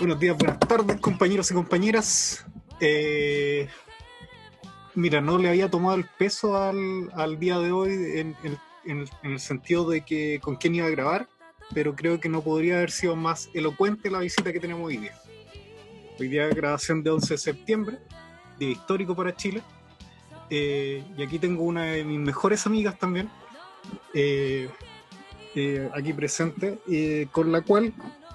Buenos días, buenas tardes, compañeros y compañeras. Mira, no le había tomado el peso al día de hoy en el sentido de que con quién iba a grabar, pero creo que no podría haber sido más elocuente la visita que tenemos hoy día. Hoy día es grabación de 11 de septiembre, día histórico para Chile, y aquí tengo una de mis mejores amigas también, eh, aquí presente, con la cual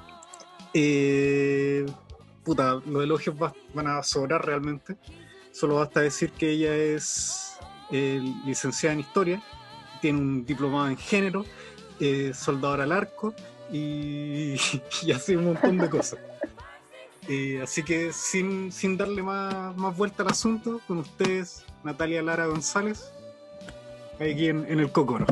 eh, los elogios van a sobrar realmente. Solo basta decir que ella es licenciada en Historia, tiene un diplomado en Género, soldadora al arco y hace un montón de cosas. Así que sin darle más vuelta al asunto, con ustedes, Natalia Lara González, aquí en el Cocoro.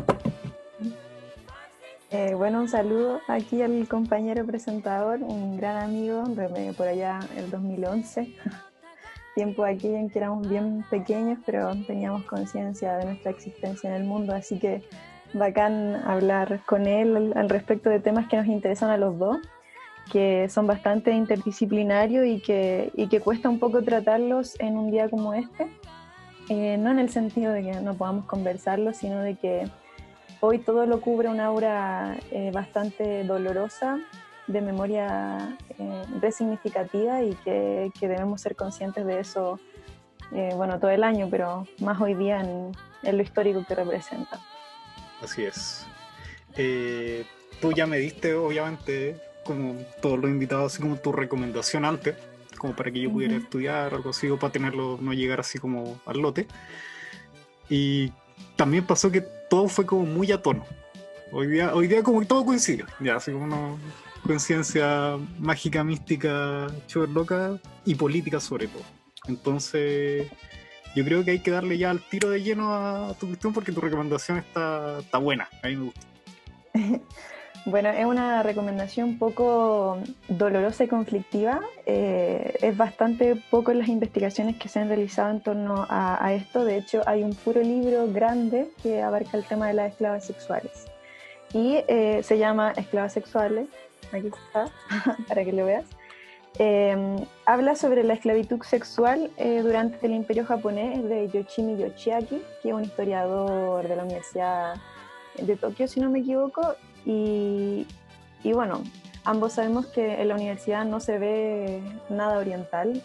Bueno, un saludo aquí al compañero presentador, un gran amigo, por allá el 2011, tiempo aquí en que éramos bien pequeños, pero teníamos conciencia de nuestra existencia en el mundo, así que bacán hablar con él al respecto de temas que nos interesan a los dos, que son bastante interdisciplinarios y que cuesta un poco tratarlos en un día como este, no en el sentido de que no podamos conversarlo, sino de que hoy todo lo cubre una aura bastante dolorosa, de memoria resignificativa y que debemos ser conscientes de eso, todo el año, pero más hoy día en lo histórico que representa. Así es. Tú ya me diste, obviamente, como todos los invitados, así como tu recomendación antes, como para que yo pudiera estudiar o algo así, o para tenerlo, no llegar así como al lote. Y también pasó que todo fue como muy a tono. Hoy día como que todo coincidió, ya, así como una coincidencia mágica, mística, súper loca y política sobre todo. Entonces, yo creo que hay que darle ya al tiro de lleno a tu cuestión porque tu recomendación está buena, a mí me gusta. Bueno, es una recomendación un poco dolorosa y conflictiva. Es bastante poco las investigaciones que se han realizado en torno a esto. De hecho, hay un puro libro grande que abarca el tema de las esclavas sexuales. Y se llama Esclavas Sexuales. Aquí está, para que lo veas. Habla sobre la esclavitud sexual durante el Imperio japonés de Yoshimi Yoshiaki, que es un historiador de la Universidad de Tokio, si no me equivoco, y bueno, ambos sabemos que en la universidad no se ve nada oriental,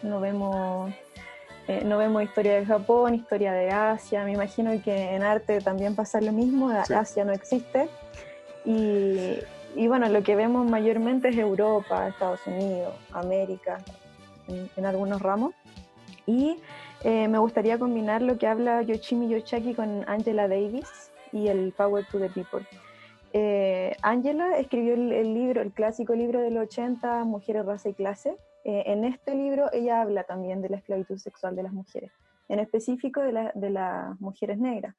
no vemos historia de Japón, historia de Asia, me imagino que en arte también pasa lo mismo, Sí. Asia no existe, y bueno, lo que vemos mayormente es Europa, Estados Unidos, América, en algunos ramos, y me gustaría combinar lo que habla Yoshimi Yoshiaki con Angela Davis y el Power to the People. Angela escribió el libro, el clásico libro del 80, Mujeres, Raza y Clase. En este libro ella habla también de la esclavitud sexual de las mujeres, en específico de las mujeres negras.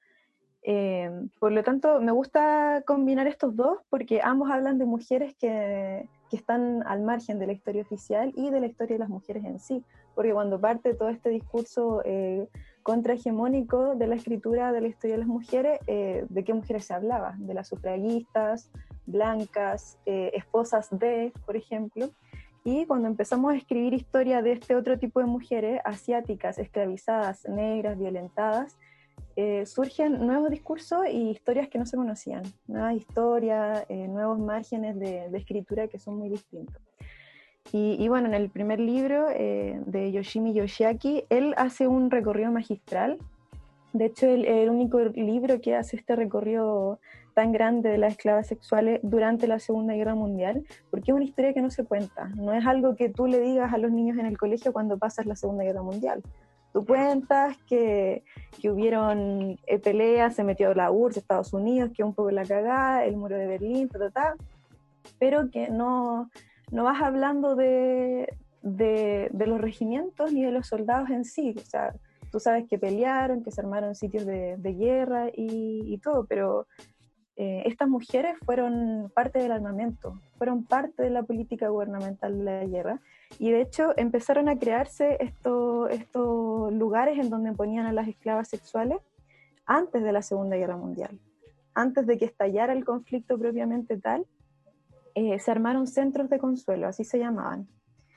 Por lo tanto, me gusta combinar estos dos porque ambos hablan de mujeres que están al margen de la historia oficial y de la historia de las mujeres en sí, porque cuando parte todo este discurso contrahegemónico de la escritura de la historia de las mujeres, ¿de qué mujeres se hablaba? De las sufragistas, blancas, esposas de, por ejemplo. Y cuando empezamos a escribir historia de este otro tipo de mujeres, asiáticas, esclavizadas, negras, violentadas, surgen nuevos discursos y historias que no se conocían, nuevas historias, nuevos márgenes de escritura que son muy distintos. Y bueno, en el primer libro de Yoshimi Yoshiaki, él hace un recorrido magistral. De hecho, el único libro que hace este recorrido tan grande de las esclavas sexuales durante la Segunda Guerra Mundial, porque es una historia que no se cuenta, no es algo que tú le digas a los niños en el colegio cuando pasas la Segunda Guerra Mundial. Tú cuentas que hubieron peleas, se metió la URSS, Estados Unidos, que un poco la cagada, el muro de Berlín, pero que no vas hablando de los regimientos ni de los soldados en sí. O sea, tú sabes que pelearon, que se armaron sitios de guerra y todo, pero estas mujeres fueron parte del armamento, fueron parte de la política gubernamental de la guerra, y de hecho empezaron a crearse estos lugares en donde ponían a las esclavas sexuales antes de la Segunda Guerra Mundial. Antes de que estallara el conflicto propiamente tal, se armaron centros de consuelo, así se llamaban.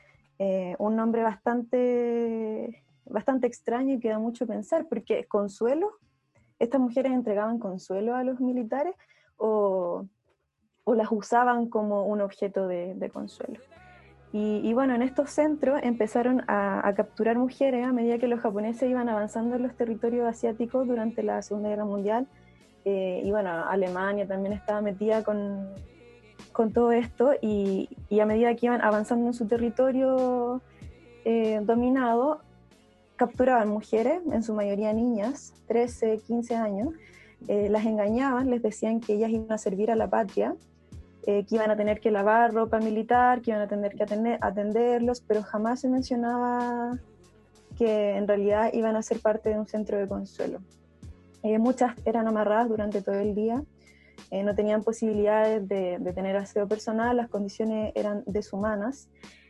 un nombre bastante extraño y que da mucho a pensar, porque consuelo, estas mujeres entregaban consuelo a los militares o las usaban como un objeto de consuelo. Y bueno, en estos centros empezaron a capturar mujeres a medida que los japoneses iban avanzando en los territorios asiáticos durante la Segunda Guerra Mundial. Y bueno, Alemania también estaba metida con todo esto, y a medida que iban avanzando en su territorio dominado, capturaban mujeres, en su mayoría niñas, 13, 15 años, las engañaban, les decían que ellas iban a servir a la patria, que iban a tener que lavar ropa militar, que iban a tener que atenderlos, pero jamás se mencionaba que en realidad iban a ser parte de un centro de consuelo. Muchas eran amarradas durante todo el día, no tenían posibilidades de tener aseo personal, las condiciones eran deshumanas,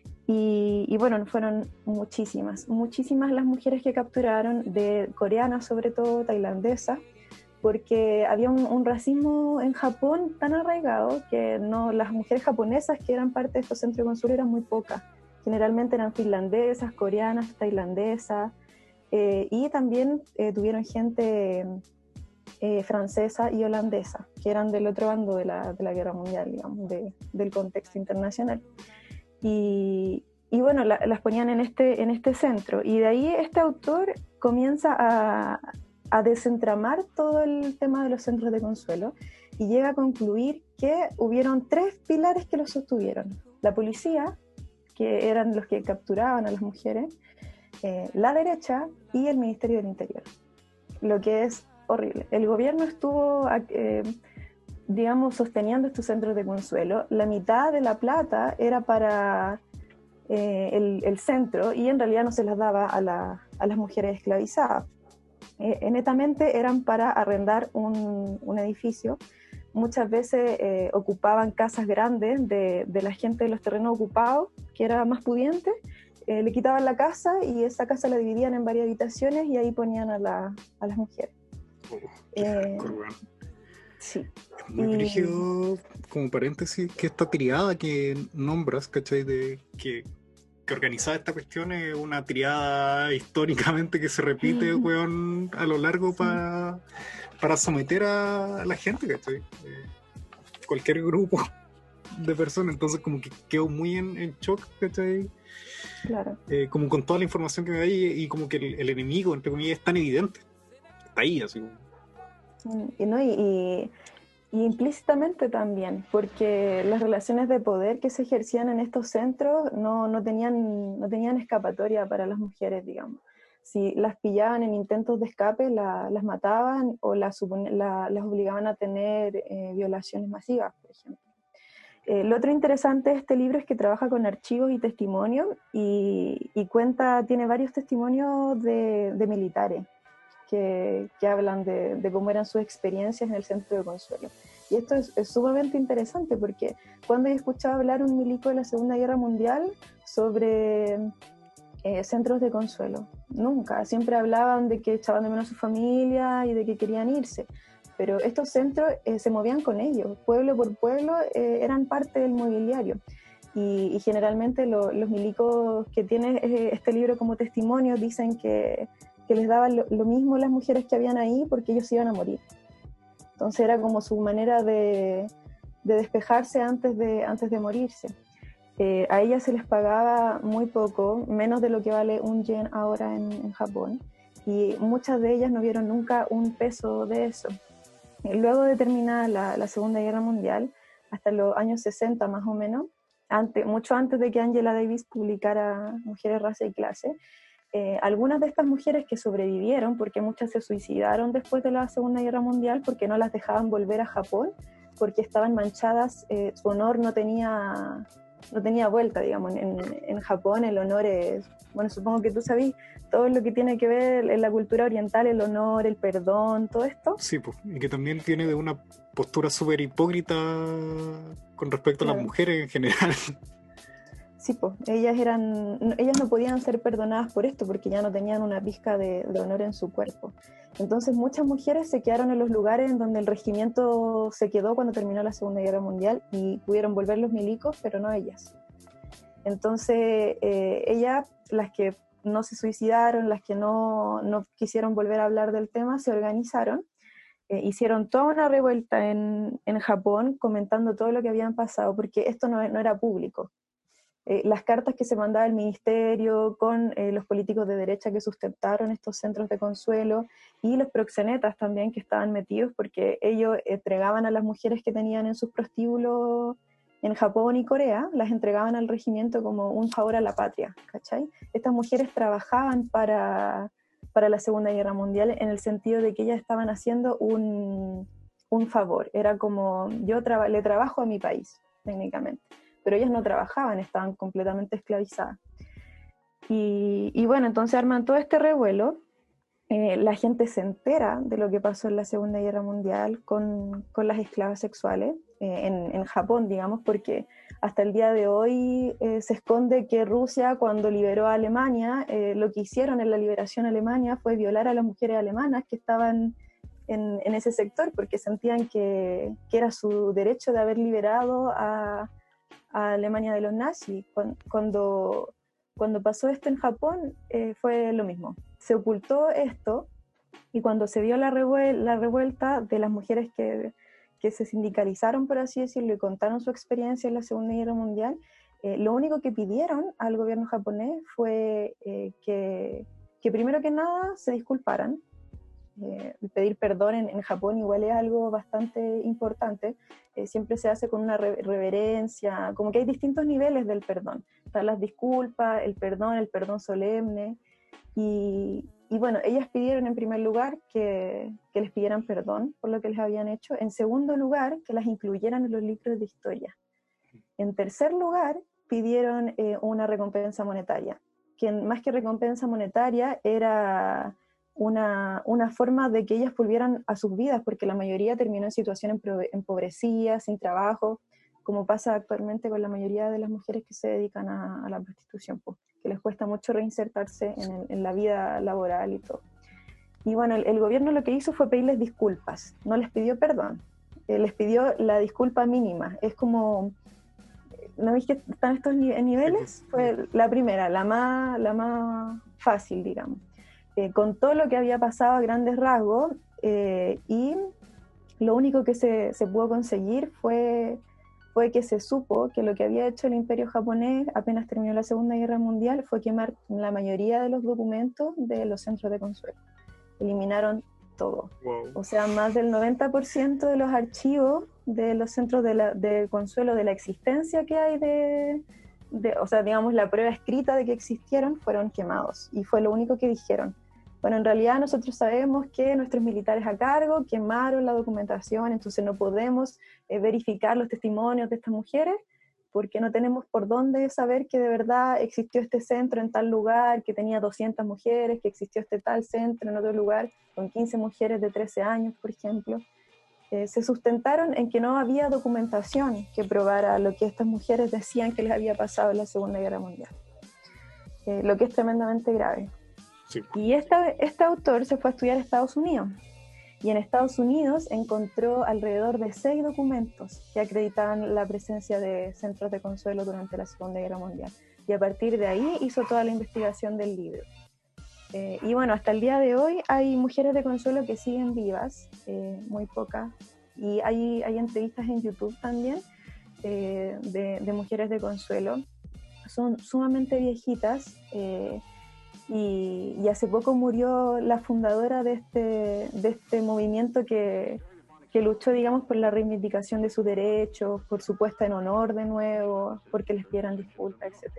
y bueno, fueron muchísimas las mujeres que capturaron, de coreanas sobre todo, tailandesas, porque había un racismo en Japón tan arraigado que no, las mujeres japonesas que eran parte de estos centros de consuelo eran muy pocas. Generalmente eran finlandesas, coreanas, tailandesas, y también tuvieron gente francesa y holandesa, que eran del otro bando de la guerra mundial, digamos, del contexto internacional. Y bueno, las ponían en este centro, y de ahí este autor comienza a desentramar todo el tema de los centros de consuelo y llega a concluir que hubieron 3 pilares que los sostuvieron: la policía, que eran los que capturaban a las mujeres, la derecha y el Ministerio del Interior, lo que es horrible. El gobierno estuvo digamos, sosteniendo estos centros de consuelo. La mitad de la plata era para el centro, y en realidad no se las daba a las mujeres esclavizadas. Netamente eran para arrendar un edificio. Muchas veces ocupaban casas grandes de la gente de los terrenos ocupados, que era más pudiente. Le quitaban la casa y esa casa la dividían en varias habitaciones y ahí ponían a las mujeres. Sí. Muy brígido, como paréntesis, que esta triada que nombras, ¿cachai? Que organizaba esta cuestión es una triada históricamente que se repite, weón, a lo largo para someter a la gente, ¿cachai? Cualquier grupo de personas, entonces como que quedo muy en shock, ¿cachai? Claro. Como con toda la información que me da, y como que el enemigo, entre comillas, es tan evidente. Está ahí, así como. Y implícitamente también, porque las relaciones de poder que se ejercían en estos centros no tenían escapatoria para las mujeres, digamos. Si las pillaban en intentos de escape, las mataban o las obligaban a tener violaciones masivas, por ejemplo. Lo otro interesante de este libro es que trabaja con archivos y testimonios, y tiene varios testimonios de militares que hablan de cómo eran sus experiencias en el centro de consuelo. Y esto es sumamente interesante, porque cuando he escuchado hablar un milico de la Segunda Guerra Mundial sobre centros de consuelo, nunca. Siempre hablaban de que echaban de menos a su familia y de que querían irse, pero estos centros se movían con ellos, pueblo por pueblo, eran parte del mobiliario. Y generalmente los milicos que tienen este libro como testimonio dicen que les daban lo mismo las mujeres que habían ahí, porque ellos iban a morir. Entonces era como su manera de despejarse antes de morirse. A ellas se les pagaba muy poco, menos de lo que vale un yen ahora en Japón, y muchas de ellas no vieron nunca un peso de eso. Luego de terminar la Segunda Guerra Mundial, hasta los años 60 más o menos, mucho antes de que Angela Davis publicara Mujeres, Raza y Clase, algunas de estas mujeres que sobrevivieron, porque muchas se suicidaron después de la Segunda Guerra Mundial porque no las dejaban volver a Japón, porque estaban manchadas, su honor no tenía vuelta, digamos. En Japón el honor es, bueno, supongo que tú sabes, todo lo que tiene que ver en la cultura oriental, el honor, el perdón, todo esto. Sí, pues, y que también tiene de una postura súper hipócrita con respecto a las mujeres en general. Sí, pues, ellas no podían ser perdonadas por esto, porque ya no tenían una pizca de honor en su cuerpo. Entonces muchas mujeres se quedaron en los lugares en donde el regimiento se quedó cuando terminó la Segunda Guerra Mundial, y pudieron volver los milicos, pero no ellas. Entonces, ellas, las que no se suicidaron, las que no quisieron volver a hablar del tema, se organizaron, hicieron toda una revuelta en Japón comentando todo lo que habían pasado, porque esto no era público. Las cartas que se mandaba el ministerio con los políticos de derecha que sustentaron estos centros de consuelo y los proxenetas también que estaban metidos, porque ellos entregaban a las mujeres que tenían en sus prostíbulos en Japón y Corea, las entregaban al regimiento como un favor a la patria, ¿cachai? Estas mujeres trabajaban para la Segunda Guerra Mundial en el sentido de que ellas estaban haciendo un favor, era como yo le trabajo a mi país, técnicamente, pero ellas no trabajaban, estaban completamente esclavizadas. Y bueno, entonces arman todo este revuelo, la gente se entera de lo que pasó en la Segunda Guerra Mundial con las esclavas sexuales, en Japón, digamos, porque hasta el día de hoy se esconde que Rusia, cuando liberó a Alemania, lo que hicieron en la liberación alemana fue violar a las mujeres alemanas que estaban en ese sector, porque sentían que era su derecho de haber liberado a Alemania de los nazis. Cuando pasó esto en Japón, fue lo mismo. Se ocultó esto, y cuando se dio la revuelta de las mujeres que se sindicalizaron, por así decirlo, y contaron su experiencia en la Segunda Guerra Mundial, lo único que pidieron al gobierno japonés fue que primero que nada se disculparan. Pedir perdón en Japón igual es algo bastante importante, siempre se hace con una reverencia, como que hay distintos niveles del perdón, están las disculpas, el perdón solemne, y bueno, ellas pidieron en primer lugar que les pidieran perdón por lo que les habían hecho, en segundo lugar que las incluyeran en los libros de historia, en tercer lugar pidieron una recompensa monetaria, que más que recompensa monetaria era una forma de que ellas volvieran a sus vidas, porque la mayoría terminó en situación empobrecida, sin trabajo, como pasa actualmente con la mayoría de las mujeres que se dedican a la prostitución, pues, que les cuesta mucho reinsertarse en la vida laboral y todo. Y bueno, el gobierno lo que hizo fue pedirles disculpas, no les pidió perdón, les pidió la disculpa mínima. Es como, ¿no ves que están estos niveles? Fue la primera, la más fácil, digamos. Con todo lo que había pasado a grandes rasgos, y lo único que se pudo conseguir fue que se supo que lo que había hecho el Imperio japonés apenas terminó la Segunda Guerra Mundial fue quemar la mayoría de los documentos de los centros de consuelo. Eliminaron todo. Wow. O sea, más del 90% de los archivos de los centros de consuelo, de la existencia que hay o sea, digamos, la prueba escrita de que existieron, fueron quemados. Y fue lo único que dijeron. Bueno, en realidad nosotros sabemos que nuestros militares a cargo quemaron la documentación, entonces no podemos verificar los testimonios de estas mujeres porque no tenemos por dónde saber que de verdad existió este centro en tal lugar, que tenía 200 mujeres, que existió este tal centro en otro lugar con 15 mujeres de 13 años, por ejemplo. Se sustentaron en que no había documentación que probara lo que estas mujeres decían que les había pasado en la Segunda Guerra Mundial, lo que es tremendamente grave. Sí. Y este autor se fue a estudiar a Estados Unidos, y en Estados Unidos encontró alrededor de 6 documentos que acreditaban la presencia de centros de consuelo durante la Segunda Guerra Mundial, y a partir de ahí hizo toda la investigación del libro. Y bueno, hasta el día de hoy hay mujeres de consuelo que siguen vivas, muy pocas, y hay entrevistas en YouTube también de mujeres de consuelo. Son sumamente viejitas, y hace poco murió la fundadora de este movimiento que luchó, digamos, por la reivindicación de sus derechos, por su puesta en honor de nuevo, porque les pidieran disculpas, etc.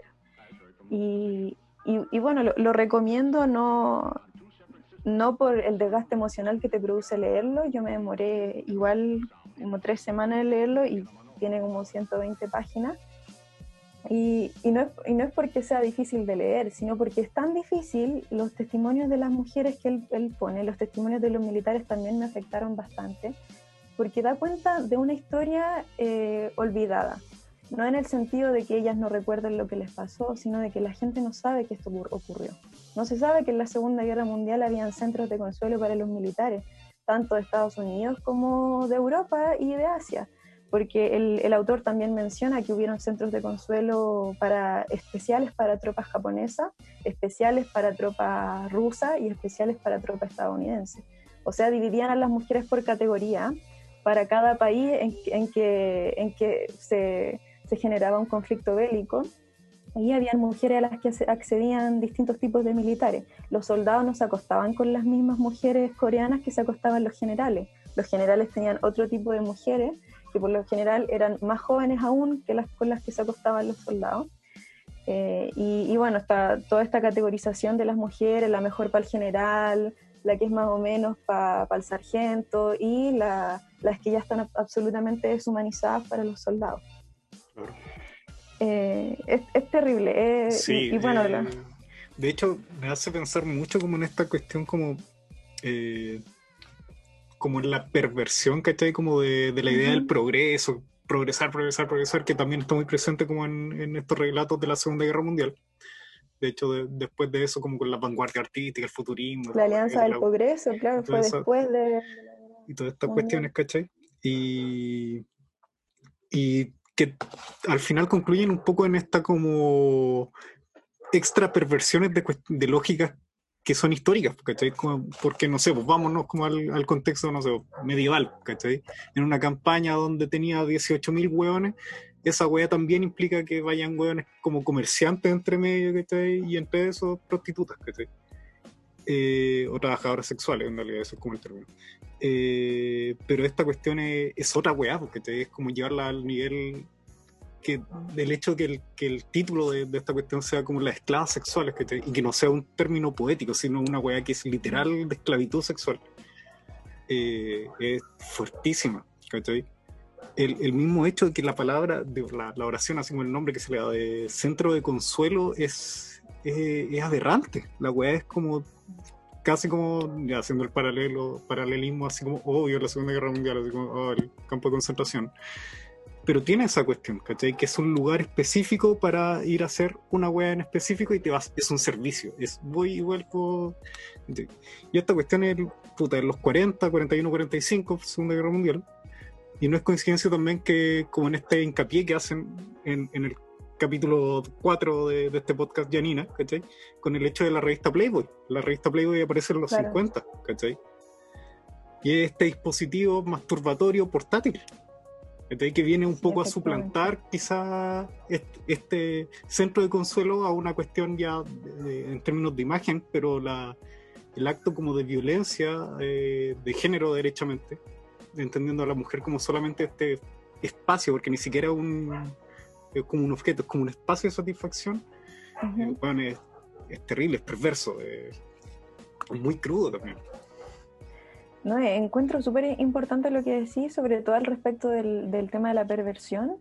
Y bueno, lo recomiendo, no por el desgaste emocional que te produce leerlo. Yo me demoré igual como 3 semanas en leerlo y tiene como 120 páginas. Y no es porque sea difícil de leer, sino porque es tan difícil. Los testimonios de las mujeres que él pone, los testimonios de los militares también me afectaron bastante, porque da cuenta de una historia olvidada. No en el sentido de que ellas no recuerden lo que les pasó, sino de que la gente no sabe que esto ocurrió. No se sabe que en la Segunda Guerra Mundial habían centros de consuelo para los militares, tanto de Estados Unidos como de Europa y de Asia. porque el autor también menciona que hubieron centros de consuelo especiales para tropas japonesas, especiales para tropas rusas y especiales para tropas estadounidenses. O sea, dividían a las mujeres por categoría para cada país en que se generaba un conflicto bélico, y había mujeres a las que accedían distintos tipos de militares. Los soldados no se acostaban con las mismas mujeres coreanas que se acostaban los generales. Los generales tenían otro tipo de mujeres, que por lo general eran más jóvenes aún que las con las que se acostaban los soldados. Y bueno, está toda esta categorización de las mujeres, la mejor para el general, la que es más o menos para el sargento, y las que ya están absolutamente deshumanizadas para los soldados. Claro. Es terrible. Sí, y bueno, de hecho me hace pensar mucho como en esta cuestión como en la perversión, ¿cachai? Como de la idea del progreso, progresar, que también está muy presente como en estos relatos de la Segunda Guerra Mundial. De hecho, después de eso, como con la vanguardia artística, el futurismo, la Alianza del Progreso, claro, fue después de y todas estas cuestiones, ¿cachai? Y que al final concluyen un poco en esta como extra perversiones de lógicas que son históricas, ¿cachai? Porque, no sé, pues vámonos como al contexto, no sé, medieval, ¿cachai? En una campaña donde tenía 18.000 hueones, esa hueá también implica que vayan hueones como comerciantes entre medio, ¿cachai? Y entre esos prostitutas, ¿cachai? O trabajadoras sexuales, en realidad, eso es como el término. Pero esta cuestión es otra weá, porque es como llevarla al nivel del hecho que el título de esta cuestión sea como las esclavas sexuales, y que no sea un término poético, sino una weá que es literal de esclavitud sexual. Es fuertísima, ¿cachai? El mismo hecho de que la palabra, de la oración, así como el nombre que se le da de centro de consuelo, es aberrante. La weá es como casi como, ya haciendo el paralelismo así como obvio, la Segunda Guerra Mundial, así como el campo de concentración. Pero tiene esa cuestión, ¿cachai? Que es un lugar específico para ir a hacer una wea en específico y te vas, es un servicio, es voy y vuelvo. Y esta cuestión es, en los 40, 41, 45, Segunda Guerra Mundial. Y no es coincidencia también que, como en este hincapié que hacen en el capítulo 4 de este podcast Janina, ¿cachai? Con el hecho de la revista Playboy. La revista Playboy aparece en los 50, ¿cachai? Y es este dispositivo masturbatorio portátil, ¿cachai? Que viene un poco a suplantar quizá este centro de consuelo a una cuestión ya en términos de imagen, pero el acto como de violencia de género derechamente, entendiendo a la mujer como solamente este espacio, porque ni siquiera es como un objeto, es como un espacio de satisfacción. Bueno, es terrible, es perverso, es muy crudo también. No, encuentro súper importante lo que decís, sobre todo al respecto del tema de la perversión,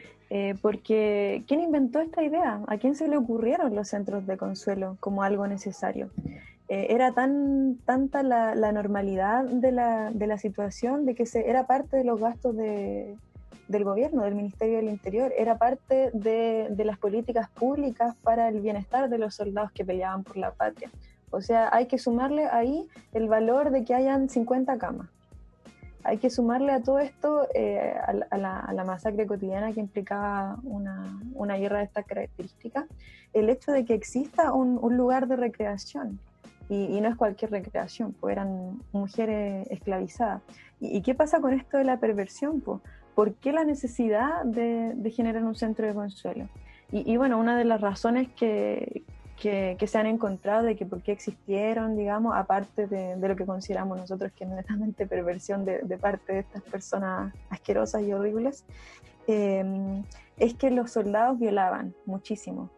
porque ¿quién inventó esta idea? ¿A quién se le ocurrieron los centros de consuelo como algo necesario? Era tanta la normalidad de la situación, de que era parte de los gastos del gobierno, del Ministerio del Interior, era parte de las políticas públicas para el bienestar de los soldados que peleaban por la patria. O sea, hay que sumarle ahí el valor de que hayan 50 camas. Hay que sumarle a todo esto, a la masacre cotidiana que implicaba una guerra de estas características, el hecho de que exista un lugar de recreación. Y no es cualquier recreación, pues eran mujeres esclavizadas. ¿Y qué pasa con esto de la perversión? Pues? ¿Por qué la necesidad de generar un centro de consuelo? Y bueno, una de las razones que se han encontrado de que por qué existieron, digamos, aparte de lo que consideramos nosotros que es netamente perversión de parte de estas personas asquerosas y horribles, es que los soldados violaban muchísimo.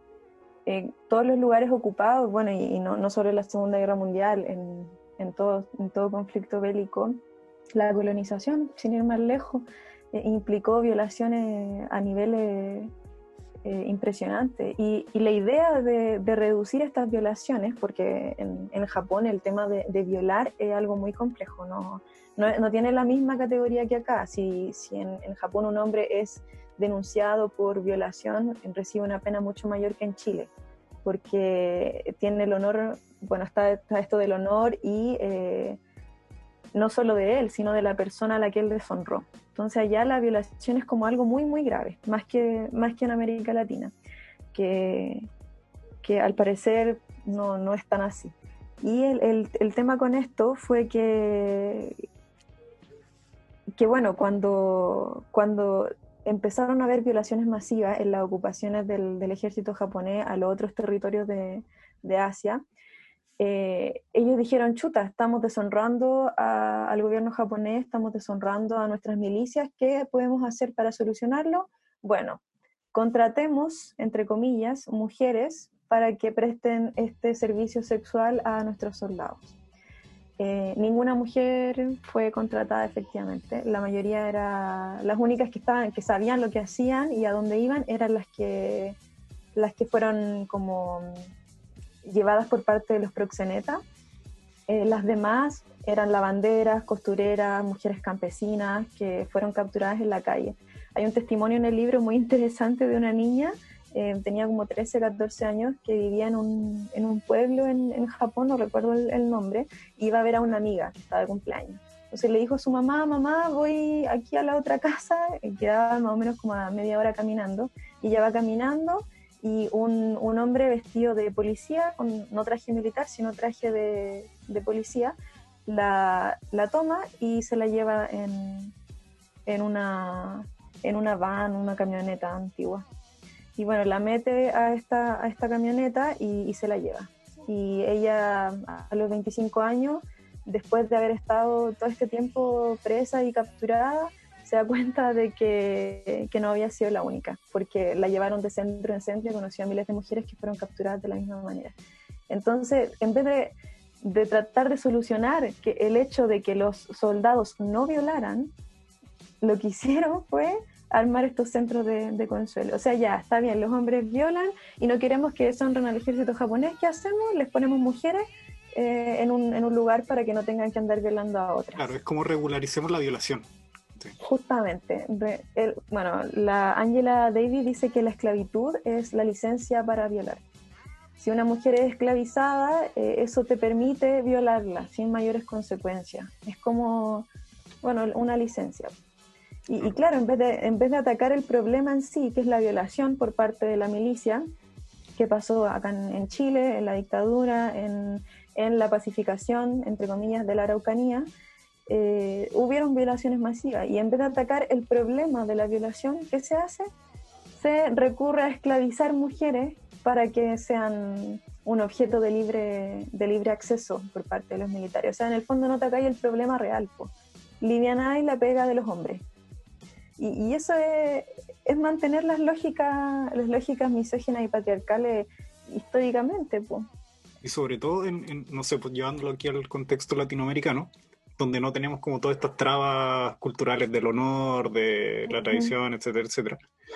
Todos los lugares ocupados, bueno, y no solo en la Segunda Guerra Mundial, en todo conflicto bélico, la colonización, sin ir más lejos, implicó violaciones a niveles impresionantes. Y la idea de reducir estas violaciones, porque en Japón el tema de violar es algo muy complejo, no tiene la misma categoría que acá. Si en Japón un hombre es denunciado por violación, recibe una pena mucho mayor que en Chile, porque tiene el honor, bueno, está esto del honor y no solo de él, sino de la persona a la que él deshonró. Entonces allá la violación es como algo muy, muy grave, más que en América Latina, que al parecer no es tan así. Y el tema con esto fue que bueno, cuando empezaron a haber violaciones masivas en las ocupaciones del ejército japonés a los otros territorios de Asia, ellos dijeron, chuta, estamos deshonrando al gobierno japonés, estamos deshonrando a nuestras milicias, ¿qué podemos hacer para solucionarlo? Bueno, contratemos, entre comillas, mujeres para que presten este servicio sexual a nuestros soldados. Ninguna mujer fue contratada efectivamente, la mayoría las únicas que sabían lo que hacían y a dónde iban eran las que fueron como llevadas por parte de los proxenetas. Las demás eran lavanderas, costureras, mujeres campesinas que fueron capturadas en la calle. Hay un testimonio en el libro muy interesante de una niña, tenía como 13, 14 años, que vivía en un pueblo en Japón, no recuerdo el nombre, y iba a ver a una amiga que estaba de cumpleaños. Entonces le dijo a su mamá, mamá, voy aquí a la otra casa, quedaba más o menos como a media hora caminando, y ella va caminando, y un hombre vestido de policía, no traje militar, sino traje de policía, la toma y se la lleva en una van, una camioneta antigua. Y bueno, la mete a esta camioneta y se la lleva. Y ella a los 25 años, después de haber estado todo este tiempo presa y capturada, se da cuenta de que no había sido la única, porque la llevaron de centro en centro y conoció a miles de mujeres que fueron capturadas de la misma manera. Entonces, en vez de tratar de solucionar el hecho de que los soldados no violaran, lo que hicieron fue armar estos centros de consuelo. O sea, ya, está bien, los hombres violan y no queremos que deshonren al ejército japonés. ¿Qué hacemos? Les ponemos mujeres en un lugar para que no tengan que andar violando a otras. Claro, es como regularicemos la violación. Sí. Justamente. Bueno, la Angela Davis dice que la esclavitud es la licencia para violar. Si una mujer es esclavizada, eso te permite violarla sin mayores consecuencias. Es como, bueno, una licencia. Y claro, en vez de atacar el problema en sí, que es la violación por parte de la milicia, que pasó acá en Chile, en la dictadura, en la pacificación, entre comillas, de la Araucanía, hubieron violaciones masivas. Y en vez de atacar el problema de la violación, ¿qué se hace? Se recurre a esclavizar mujeres para que sean un objeto de libre acceso por parte de los militares. O sea, en el fondo no atacáis el problema real, livianáis la pega de los hombres. Y eso es mantener las lógicas misóginas y patriarcales históricamente, pues. Y sobre todo, no sé, pues llevándolo aquí al contexto latinoamericano, donde no tenemos como todas estas trabas culturales del honor, de la tradición, etcétera, etcétera.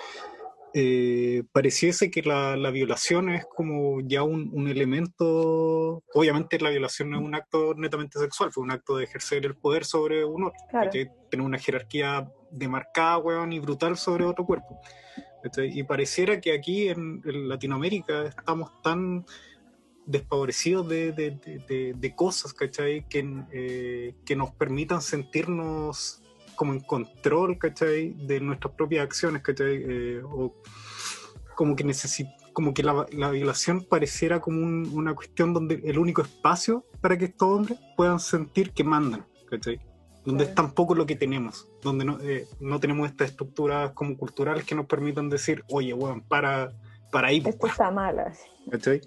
Pareciese que la violación es como ya un elemento. Obviamente la violación no es un acto netamente sexual, fue un acto de ejercer el poder sobre un otro, claro. Tener una jerarquía demarcada, weón, y brutal sobre otro cuerpo. Y pareciera que aquí en Latinoamérica estamos tan desfavorecidos de cosas, ¿cachai? Que nos permitan sentirnos como en control, ¿cachai? De nuestras propias acciones, ¿cachai? O como que la violación pareciera como una cuestión donde el único espacio para que estos hombres puedan sentir que mandan, ¿cachai? Donde es tan poco lo que tenemos, donde no tenemos estas estructuras como culturales que nos permitan decir, oye, weón, para ahí. Esto está mal, así. ¿Cachai?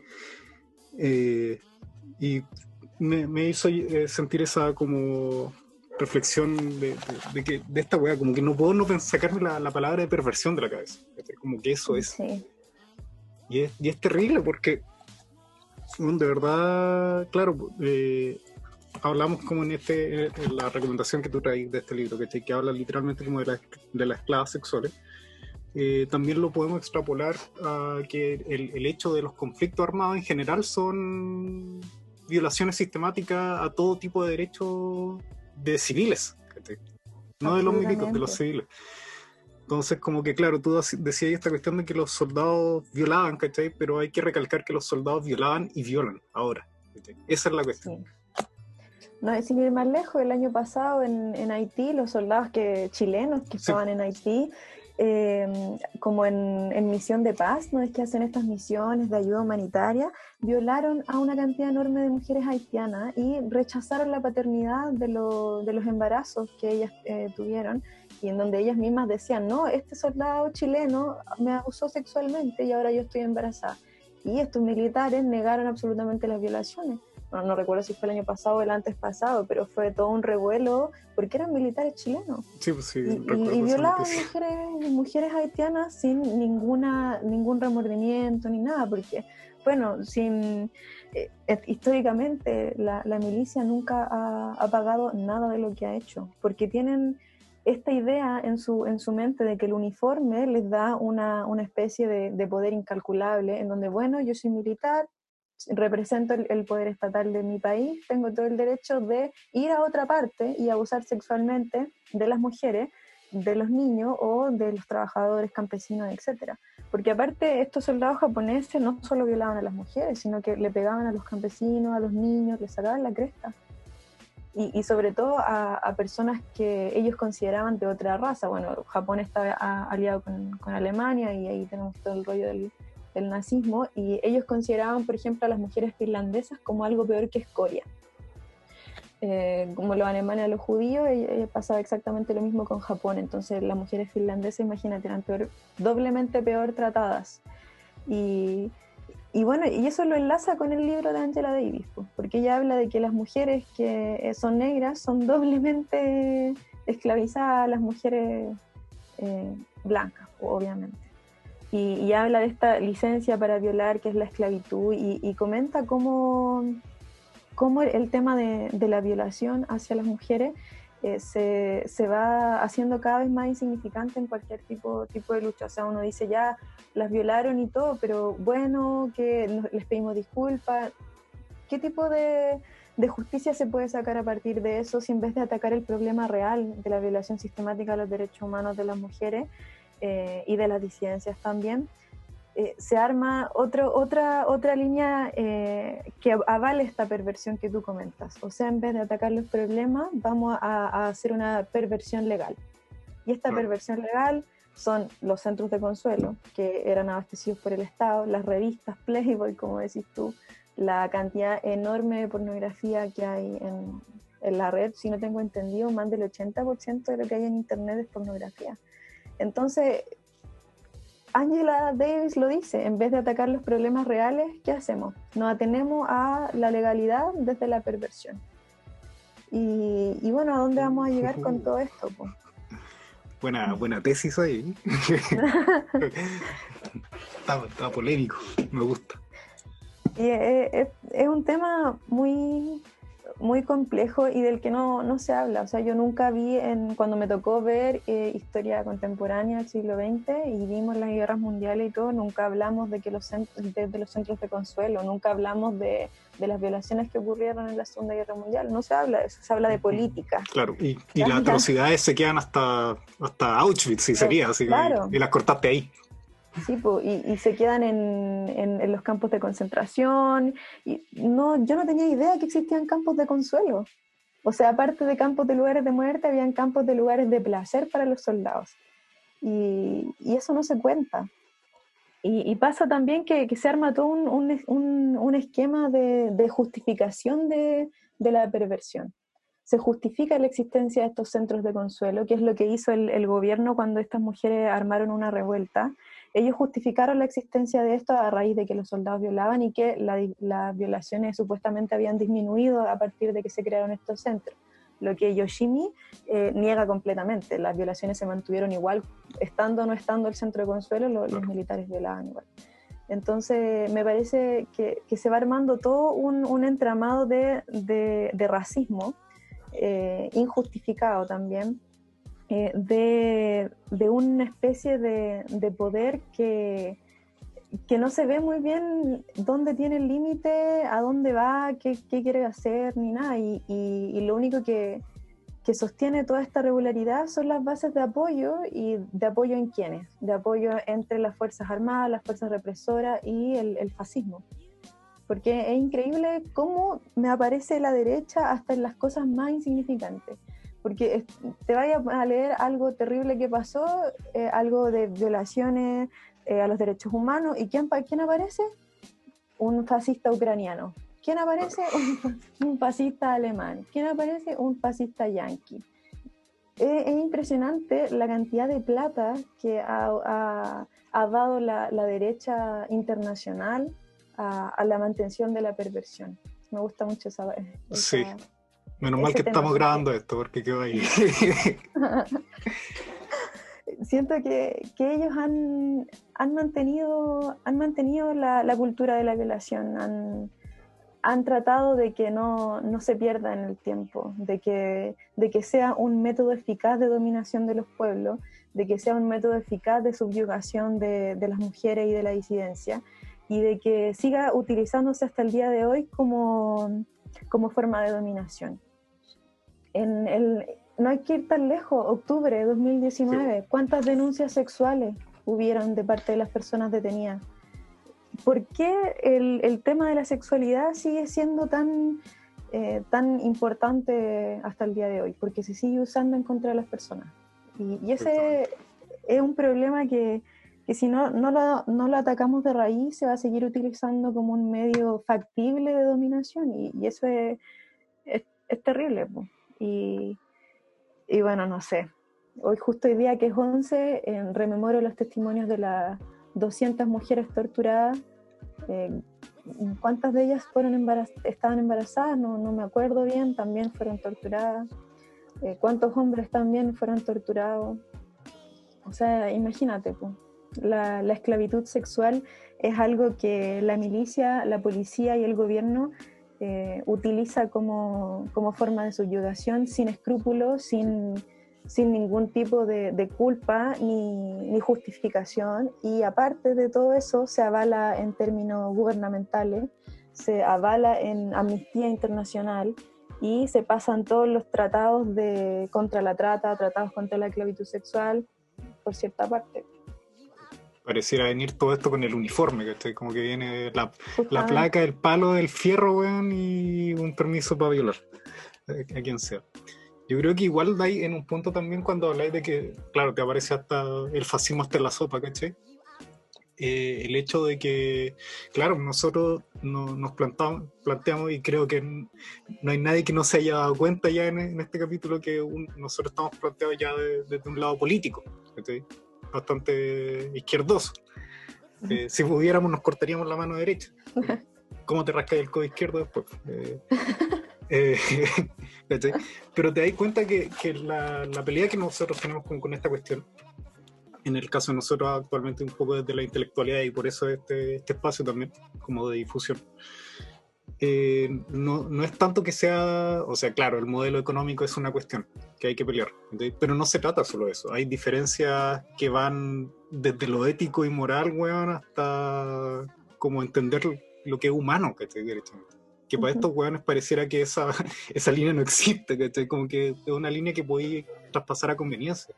Y me hizo sentir esa como reflexión de esta weá, como que no puedo sacarme la palabra de perversión de la cabeza, ¿cachai? Como que eso es. Sí. Y es terrible porque, bueno, de verdad, claro, hablamos como en la recomendación que tú traes de este libro, ¿cachai? Que habla literalmente como de las esclavas sexuales. También lo podemos extrapolar a que el hecho de los conflictos armados en general son violaciones sistemáticas a todo tipo de derechos de civiles, no de los milicos, de los civiles. Entonces, como que claro, tú decías esta cuestión de que los soldados violaban, ¿cachai? Pero hay que recalcar que los soldados violaban y violan ahora, ¿cachai? Esa es la cuestión. Sí. No es sin ir más lejos, el año pasado en Haití, los soldados chilenos que Sí, estaban en Haití, como en misión de paz, no es que hacen estas misiones de ayuda humanitaria, violaron a una cantidad enorme de mujeres haitianas y rechazaron la paternidad de los embarazos que ellas tuvieron, y en donde ellas mismas decían, no, este soldado chileno me abusó sexualmente y ahora yo estoy embarazada. Y estos militares negaron absolutamente las violaciones. Bueno, no recuerdo si fue el año pasado o el antes pasado, pero fue todo un revuelo porque eran militares chilenos sí, pues sí, y recuerdo esa violaban noticia. mujeres haitianas sin ningún remordimiento ni nada, porque, bueno, históricamente la milicia nunca ha pagado nada de lo que ha hecho, porque tienen esta idea en su mente de que el uniforme les da una especie de poder incalculable, en donde, bueno, yo soy militar, represento el poder estatal de mi país, tengo todo el derecho de ir a otra parte y abusar sexualmente de las mujeres, de los niños o de los trabajadores campesinos, etcétera. Porque aparte estos soldados japoneses no solo violaban a las mujeres, sino que le pegaban a los campesinos, a los niños, les sacaban la cresta. Y sobre todo a personas que ellos consideraban de otra raza. Bueno, Japón está aliado con Alemania y ahí tenemos todo el rollo del nazismo, y ellos consideraban, por ejemplo, a las mujeres finlandesas como algo peor que escoria. Como los alemanes a los judíos, pasaba exactamente lo mismo con Japón. Entonces las mujeres finlandesas, imagínate, eran doblemente peor tratadas. Y bueno, y eso lo enlaza con el libro de Angela Davis, pues, porque ella habla de que las mujeres que son negras son doblemente esclavizadas a las mujeres blancas, obviamente. Y habla de esta licencia para violar, que es la esclavitud, y comenta cómo el tema de la violación hacia las mujeres se va haciendo cada vez más insignificante en cualquier tipo de lucha. O sea, uno dice ya, las violaron y todo, pero bueno, que les pedimos disculpas. ¿Qué tipo de justicia se puede sacar a partir de eso si en vez de atacar el problema real de la violación sistemática de los derechos humanos de las mujeres y de las disidencias también, se arma otra línea que avale esta perversión que tú comentas? O sea, en vez de atacar los problemas, vamos a hacer una perversión legal. Y esta Claro. perversión legal son los centros de consuelo, que eran abastecidos por el Estado, las revistas Playboy, como decís tú, la cantidad enorme de pornografía que hay en la red. Si no tengo entendido, más del 80% de lo que hay en Internet es pornografía. Entonces, Angela Davis lo dice, en vez de atacar los problemas reales, ¿qué hacemos? Nos atenemos a la legalidad desde la perversión. Y bueno, ¿a dónde vamos a llegar con todo esto? Pues? Buena tesis ahí. Está polémico, me gusta. Y es un tema muy, muy complejo y del que no se habla. O sea, yo nunca vi, cuando me tocó ver historia contemporánea del siglo XX y vimos las guerras mundiales y todo, nunca hablamos de los centros de consuelo, nunca hablamos de las violaciones que ocurrieron en la Segunda Guerra Mundial. No se habla de eso, se habla de política. Claro, y las atrocidades se quedan hasta Auschwitz, si sería, así, Claro. y las cortaste ahí. Sí, y se quedan en los campos de concentración. Y yo no tenía idea que existían campos de consuelo. O sea, aparte de campos de lugares de muerte, habían campos de lugares de placer para los soldados. Y eso no se cuenta. Y pasa también que se arma todo un esquema de justificación de la perversión. Se justifica la existencia de estos centros de consuelo, que es lo que hizo el gobierno cuando estas mujeres armaron una revuelta. Ellos justificaron la existencia de esto a raíz de que los soldados violaban y que las violaciones supuestamente habían disminuido a partir de que se crearon estos centros. Lo que Yoshimi niega completamente. Las violaciones se mantuvieron igual, estando o no estando el centro de consuelo, los militares violaban igual. Entonces me parece que se va armando todo un entramado de racismo injustificado también, de una especie de poder que no se ve muy bien dónde tiene el límite, a dónde va, qué quiere hacer, ni nada. Y lo único que sostiene toda esta regularidad son las bases de apoyo. ¿Y de apoyo en quiénes? De apoyo entre las Fuerzas Armadas, las fuerzas represoras y el fascismo. porque es increíble cómo me aparece la derecha hasta en las cosas más insignificantes. Porque te vayas a leer algo terrible que pasó, algo de violaciones a los derechos humanos, ¿y quién aparece? Un fascista ucraniano. ¿Quién aparece? Un fascista alemán. ¿Quién aparece? Un fascista yanqui. Es impresionante la cantidad de plata que ha dado la derecha internacional a la mantención de la perversión. Me gusta mucho Sí, menos mal ese que tema, estamos porque grabando esto, porque quedó ahí. siento que ellos han mantenido la cultura de la violación, han tratado de que no se pierda en el tiempo, de que sea un método eficaz de dominación de los pueblos, de que sea un método eficaz de subyugación de las mujeres y de la disidencia, y de que siga utilizándose hasta el día de hoy como forma de dominación. No hay que ir tan lejos, octubre de 2019, ¿cuántas denuncias sexuales hubieron de parte de las personas detenidas? ¿Por qué el tema de la sexualidad sigue siendo tan importante hasta el día de hoy? Porque se sigue usando en contra de las personas. Y ese es un problema que si no lo atacamos de raíz, se va a seguir utilizando como un medio factible de dominación, y eso es terrible. Y bueno, no sé. Justo hoy día, que es 11, rememoro los testimonios de las 200 mujeres torturadas. ¿Cuántas de ellas estaban embarazadas? No me acuerdo bien, también fueron torturadas. ¿Cuántos hombres también fueron torturados? O sea, imagínate, la esclavitud sexual es algo que la milicia, la policía y el gobierno utiliza como forma de subyugación, sin escrúpulos, sin ningún tipo de culpa ni justificación, y aparte de todo eso se avala en términos gubernamentales, se avala en Amnistía Internacional, y se pasan todos los tratados contra la trata, tratados contra la esclavitud sexual, por cierta parte. Pareciera venir todo esto con el uniforme, ¿cachai? Como que viene la Justamente. placa, el palo, el fierro, weón, y un permiso para violar a quien sea. Yo creo que igual de ahí en un punto también cuando habláis de que, claro, te aparece hasta el fascismo hasta en la sopa, ¿cachai? El hecho de que, claro, nosotros nos planteamos, y creo que no hay nadie que no se haya dado cuenta ya en este capítulo, que nosotros estamos planteados ya desde un lado político, ¿cachai? Bastante izquierdoso. Si pudiéramos nos cortaríamos la mano derecha. ¿Cómo te rascas el codo izquierdo después? ¿Cachai? Pero te das cuenta que la pelea que nosotros tenemos con esta cuestión, en el caso de nosotros actualmente un poco desde la intelectualidad, y por eso este espacio también como de difusión, no es tanto que sea, o sea, claro, el modelo económico es una cuestión que hay que pelear, ¿entendés? Pero no se trata solo de eso, hay diferencias que van desde lo ético y moral, weón, hasta como entender lo que es humano, ¿cachai? Que para estos weones pareciera que esa línea no existe, ¿cachai? Como que es una línea que podéis traspasar a conveniencia.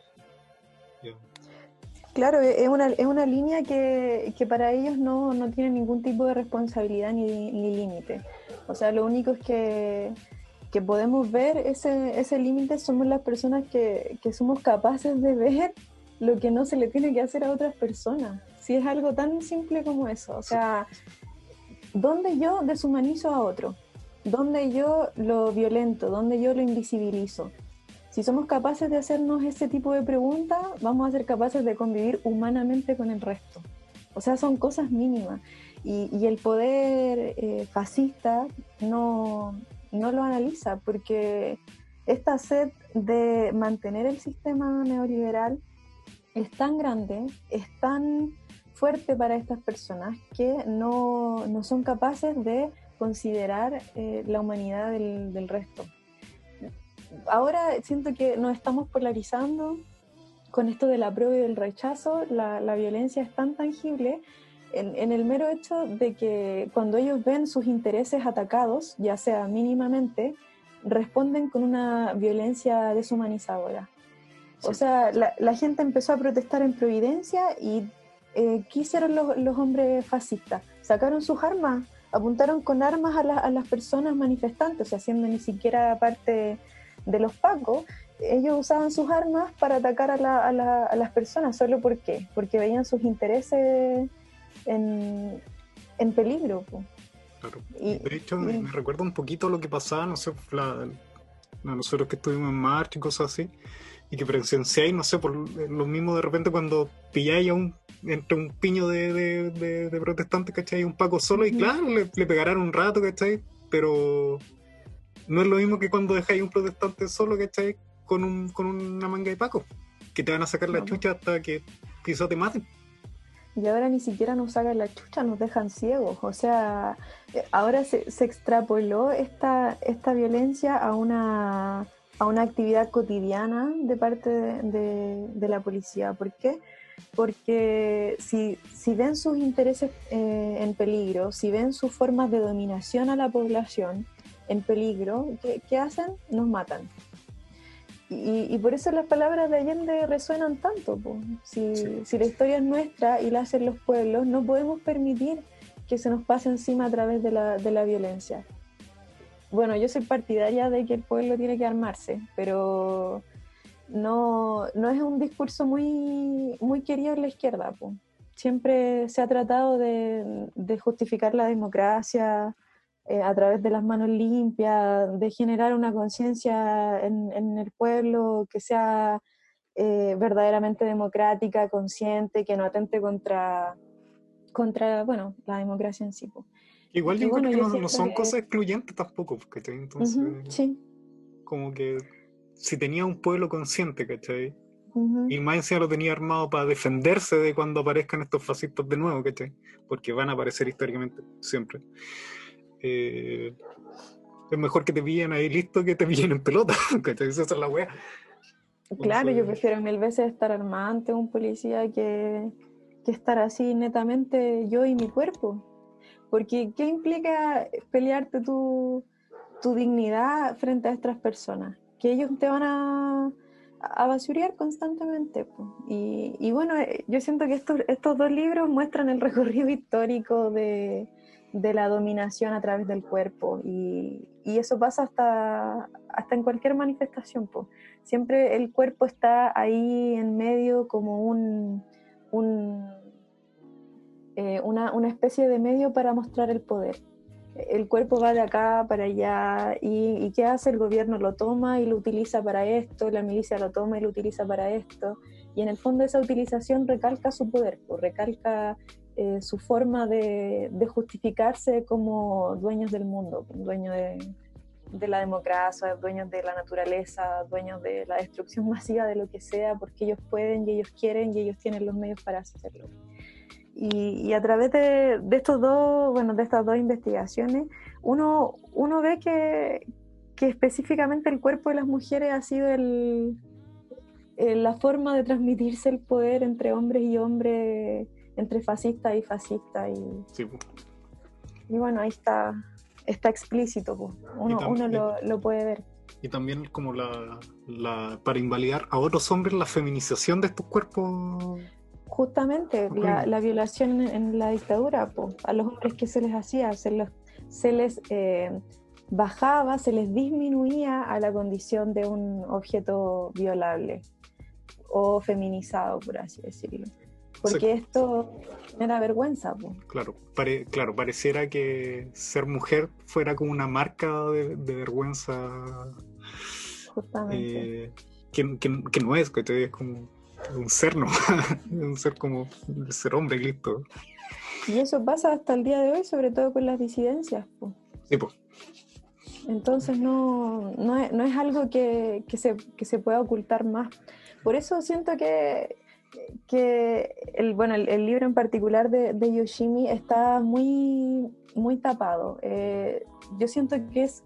Claro, es una línea que para ellos no tiene ningún tipo de responsabilidad ni límite. O sea, lo único es que podemos ver ese límite somos las personas que somos capaces de ver lo que no se le tiene que hacer a otras personas. Si es algo tan simple como eso. O sea, ¿dónde yo deshumanizo a otro? ¿Dónde yo lo violento? ¿Dónde yo lo invisibilizo? Si somos capaces de hacernos ese tipo de preguntas, vamos a ser capaces de convivir humanamente con el resto. O sea, son cosas mínimas. Y el poder fascista no lo analiza, porque esta sed de mantener el sistema neoliberal es tan grande, es tan fuerte para estas personas, que no son capaces de considerar la humanidad del resto. Ahora siento que nos estamos polarizando con esto del apruebo y del rechazo. La violencia es tan tangible en el mero hecho de que cuando ellos ven sus intereses atacados, ya sea mínimamente, responden con una violencia deshumanizadora. Sí. O sea, la gente empezó a protestar en Providencia, y ¿qué hicieron los hombres fascistas? Sacaron sus armas apuntaron con armas a las personas manifestantes, o sea, siendo ni siquiera parte de los pacos, ellos usaban sus armas para atacar a las personas. ¿Solo por qué? Porque veían sus intereses en peligro. Po. Claro. Y Y, de hecho y, me recuerda un poquito lo que pasaba, no sé, nosotros que estuvimos en marcha y cosas así, y que presenciáis, no sé, por lo mismo de repente cuando pilláis entre un piño de protestantes, ¿cachai? Un Paco solo, y claro, le pegarán un rato, ¿cachai? Pero no es lo mismo que cuando dejáis un protestante solo, ¿cachai? Con una manga de Paco, que te van a sacar la no, chucha hasta que quizá te maten. y ahora ni siquiera nos sacan la chucha, nos dejan ciegos. O sea, ahora se extrapoló esta violencia a una actividad cotidiana de parte de la policía. ¿Por qué? Porque si ven sus intereses en peligro, si ven sus formas de dominación a la población en peligro, ¿qué hacen? Nos matan. Y por eso las palabras de Allende resuenan tanto. Po. Sí, Si la historia es nuestra y la hacen los pueblos, no podemos permitir que se nos pase encima a través de la violencia. Bueno, yo soy partidaria de que el pueblo tiene que armarse, pero no es un discurso muy querido en la izquierda. Po. Siempre se ha tratado de justificar la democracia a través de las manos limpias, de generar una conciencia en el pueblo que sea verdaderamente democrática, consciente, que no atente contra bueno, la democracia en sí. Po. igual yo Y bueno, encuentro que yo no siento son que cosas excluyentes tampoco, ¿cachai? Entonces, sí, como que si tenía un pueblo consciente, ¿cachai? uh-huh, Y más encima lo tenía armado para defenderse de cuando aparezcan estos fascistas de nuevo, ¿cachai? Porque van a aparecer históricamente, siempre. Eh, es mejor que te pillen ahí listo que te pillen en pelota, ¿cachai? Esa es la wea. claro, yo Entonces, prefiero mil veces estar armada ante un policía que estar así netamente yo y mi cuerpo. Porque ¿qué implica pelearte tu dignidad frente a estas personas? Que ellos te van a basurear constantemente. Po. Y bueno, yo siento que estos dos libros muestran el recorrido histórico de la dominación a través del cuerpo. Y eso pasa hasta en cualquier manifestación. Po. Siempre el cuerpo está ahí en medio como un una especie de medio para mostrar el poder. El cuerpo va de acá para allá y ¿qué hace? El gobierno lo toma y lo utiliza para esto, la milicia lo toma y lo utiliza para esto, y en el fondo esa utilización recalca su poder, pues, recalca su forma de justificarse como dueños del mundo, dueños de la democracia, dueños de la naturaleza, dueños de la destrucción masiva de lo que sea, porque ellos pueden y ellos quieren y ellos tienen los medios para hacerlo. Y a través de estos dos, bueno, de estas dos investigaciones, uno ve que específicamente el cuerpo de las mujeres ha sido la forma de transmitirse el poder entre hombres y hombres, entre fascistas y fascistas. sí. Y bueno, ahí está explícito, pues. Y, Uno lo puede ver. y también como para invalidar a otros hombres la feminización de estos cuerpos Justamente masculinos. la violación en la dictadura, po, a los hombres que se les hacía, se les bajaba, se les disminuía a la condición de un objeto violable o feminizado, por así decirlo. Se- Porque esto me da vergüenza. Po. Claro, claro, pareciera que ser mujer fuera como una marca de vergüenza Justamente. que no es, que es como un ser, ¿no? Un ser como ser hombre y listo. Y eso pasa hasta el día de hoy, sobre todo con las disidencias. Po. Sí, pues, Entonces no es algo que se pueda ocultar más. Por eso siento que el libro en particular de Yoshimi está muy tapado. Yo siento que es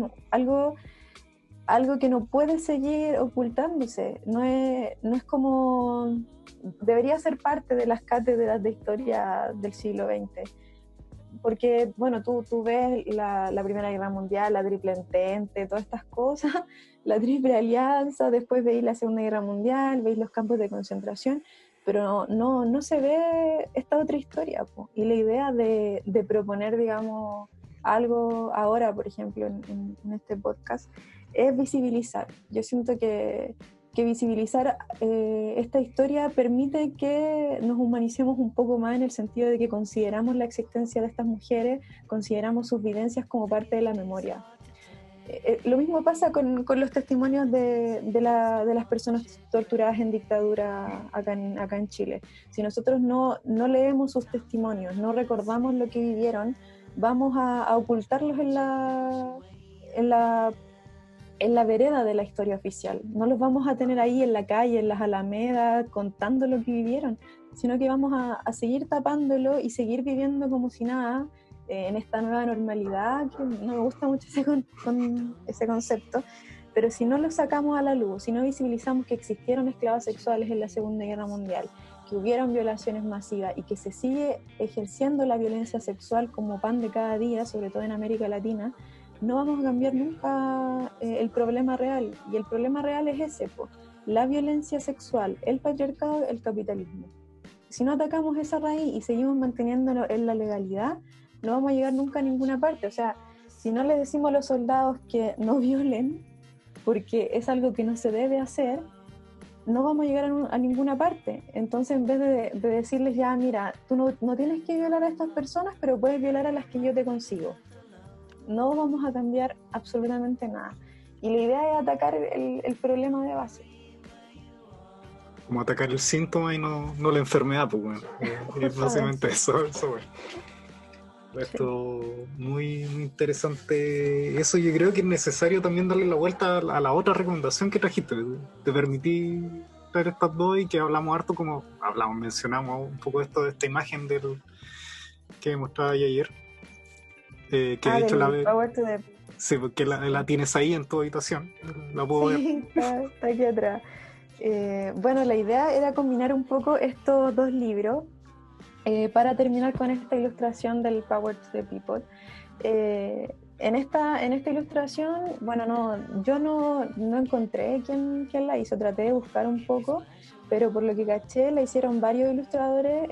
algo que no puede seguir ocultándose. No es como... Debería ser parte de las cátedras de historia del siglo XX. Porque, bueno, tú ves la Primera Guerra Mundial, la Triple Entente, todas estas cosas, la Triple Alianza, después veis la Segunda Guerra Mundial, veis los campos de concentración, pero no se ve esta otra historia, po. Y la idea de proponer, digamos, algo ahora, por ejemplo, en este podcast, es visibilizar. Yo siento que visibilizar esta historia permite que nos humanicemos un poco más, en el sentido de que consideramos la existencia de estas mujeres, consideramos sus vivencias como parte de la memoria. Lo mismo pasa con los testimonios de las personas torturadas en dictadura acá en Chile. Si nosotros no leemos sus testimonios, no recordamos lo que vivieron, vamos a ocultarlos en la vereda de la historia oficial. No los vamos a tener ahí en la calle, en las alamedas, contando lo que vivieron, sino que vamos a seguir tapándolo y seguir viviendo como si nada, en esta nueva normalidad, que no me gusta mucho ese concepto, pero si no lo sacamos a la luz, si no visibilizamos que existieron esclavas sexuales en la Segunda Guerra Mundial, que hubieron violaciones masivas y que se sigue ejerciendo la violencia sexual como pan de cada día, sobre todo en América Latina, no vamos a cambiar nunca el problema real. Y el problema real es ese, la violencia sexual, el patriarcado, el capitalismo. Si no atacamos esa raíz y seguimos manteniéndolo en la legalidad, no vamos a llegar nunca a ninguna parte. O sea, si no le decimos a los soldados que no violen, porque es algo que no se debe hacer, no vamos a llegar a ninguna parte. Entonces, en vez de decirles ya, mira, tú no tienes que violar a estas personas, pero puedes violar a las que yo te consigo, no vamos a cambiar absolutamente nada. Y la idea es atacar el problema de base. Como atacar el síntoma y no la enfermedad, pues bueno. Es básicamente eso bueno. Esto muy, muy interesante. Eso yo creo que es necesario también darle la vuelta a la otra recomendación que trajiste. Te permití traer estas dos y que hablamos harto, mencionamos un poco de esta imagen que mostraba ayer. Que de hecho sí, porque la tienes ahí en tu habitación. La puedo ver. Está aquí atrás. Bueno, la idea era combinar un poco estos dos libros para terminar con esta ilustración del Power to the People. En esta ilustración, bueno, yo no encontré quién la hizo, traté de buscar un poco, pero por lo que caché la hicieron varios ilustradores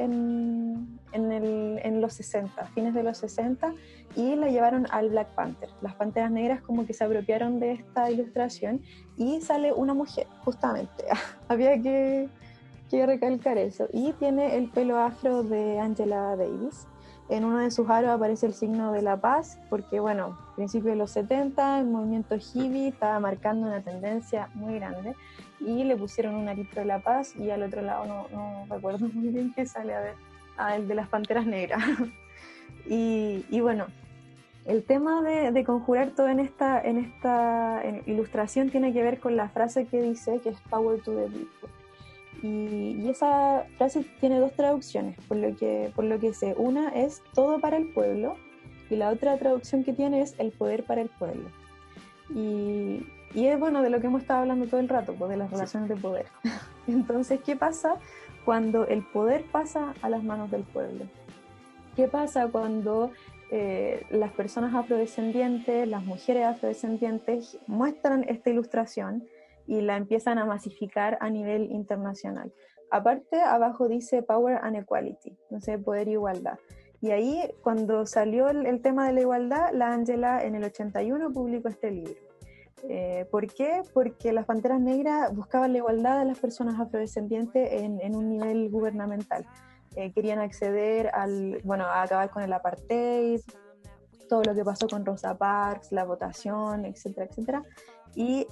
en los 60, fines de los 60, y la llevaron al Black Panther. Las Panteras Negras como que se apropiaron de esta ilustración y sale una mujer, justamente. Había que recalcar eso. Y tiene el pelo afro de Angela Davis. En uno de sus aros aparece el signo de la paz, porque bueno, a principios de los 70 el movimiento hippie estaba marcando una tendencia muy grande, y le pusieron un arito de la paz, y al otro lado no recuerdo muy bien qué sale, el de las Panteras Negras. y bueno, el tema de conjurar todo en esta ilustración tiene que ver con la frase que dice, que es Power to the People. Y esa frase tiene dos traducciones, por lo que sé. Una es todo para el pueblo, y la otra traducción que tiene es el poder para el pueblo. Y es bueno de lo que hemos estado hablando todo el rato, pues, de las relaciones de poder. Entonces, ¿qué pasa cuando el poder pasa a las manos del pueblo? ¿Qué pasa cuando las personas afrodescendientes, las mujeres afrodescendientes muestran esta ilustración y la empiezan a masificar a nivel internacional? Aparte, abajo dice Power and Equality, entonces poder y igualdad. Y ahí, cuando salió el tema de la igualdad, la Angela en el 81 publicó este libro. ¿Por qué? Porque las Panteras Negras buscaban la igualdad de las personas afrodescendientes en un nivel gubernamental. Querían acceder a acabar con el apartheid, todo lo que pasó con Rosa Parks, la votación, etcétera, etcétera. Y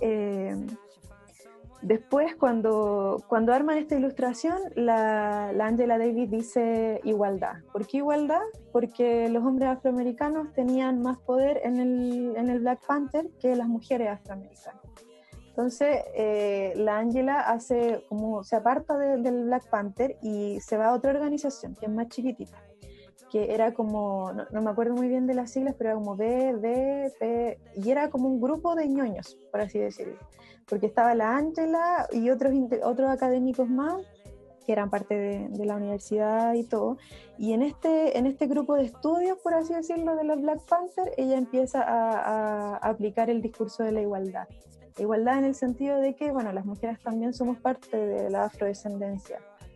después, cuando arman esta ilustración, la Angela Davis dice igualdad. ¿Por qué igualdad? Porque los hombres afroamericanos tenían más poder en el Black Panther que las mujeres afroamericanas. Entonces, la Angela se aparta del Black Panther y se va a otra organización que es más chiquitita, que era como, no me acuerdo muy bien de las siglas, pero era como BDP, y era como un grupo de ñoños, por así decirlo, porque estaba la Angela y otros académicos más que eran parte de la universidad y todo, y en este grupo de estudios, por así decirlo, de los Black Panther, ella empieza a aplicar el discurso de la igualdad. Igualdad en el sentido de que, bueno, las mujeres también somos parte de la afrodescendencia,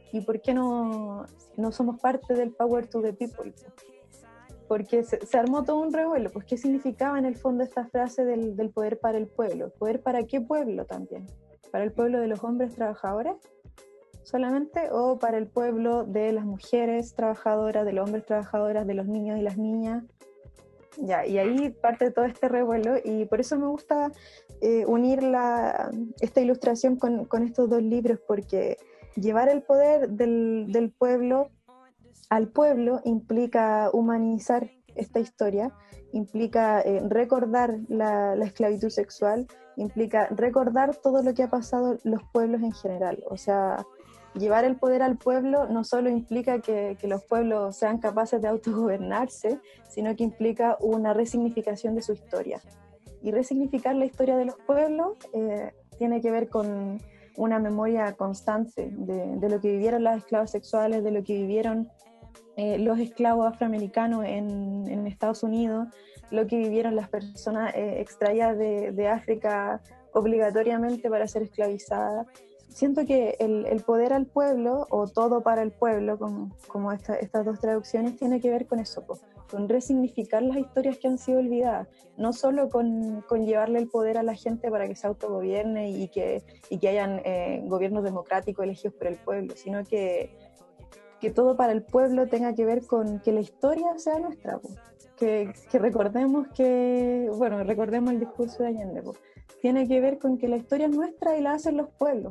¿Y por qué no somos parte del power to the people? Porque se armó todo un revuelo. Pues, ¿qué significaba en el fondo esta frase del poder para el pueblo? ¿Poder para qué pueblo también? ¿Para el pueblo de los hombres trabajadores solamente? ¿O para el pueblo de las mujeres trabajadoras, de los hombres trabajadoras, de los niños y las niñas? Ya, y ahí parte todo este revuelo, y por eso me gusta unir esta ilustración con estos dos libros, porque llevar el poder del pueblo al pueblo implica humanizar esta historia, implica recordar la esclavitud sexual, implica recordar todo lo que ha pasado los pueblos en general. O sea, llevar el poder al pueblo no solo implica que los pueblos sean capaces de autogobernarse, sino que implica una resignificación de su historia. Y resignificar la historia de los pueblos tiene que ver con una memoria constante de lo que vivieron las esclavas sexuales, de lo que vivieron los esclavos afroamericanos en Estados Unidos, lo que vivieron las personas extraídas de África obligatoriamente para ser esclavizadas. Siento que el poder al pueblo, o todo para el pueblo, como estas dos traducciones, tiene que ver con eso, con resignificar las historias que han sido olvidadas, no solo con llevarle el poder a la gente para que se autogobierne y que hayan gobiernos democráticos elegidos por el pueblo, sino que todo para el pueblo tenga que ver con que la historia sea nuestra, que recordemos recordemos el discurso de Allende, tiene que ver con que la historia es nuestra y la hacen los pueblos.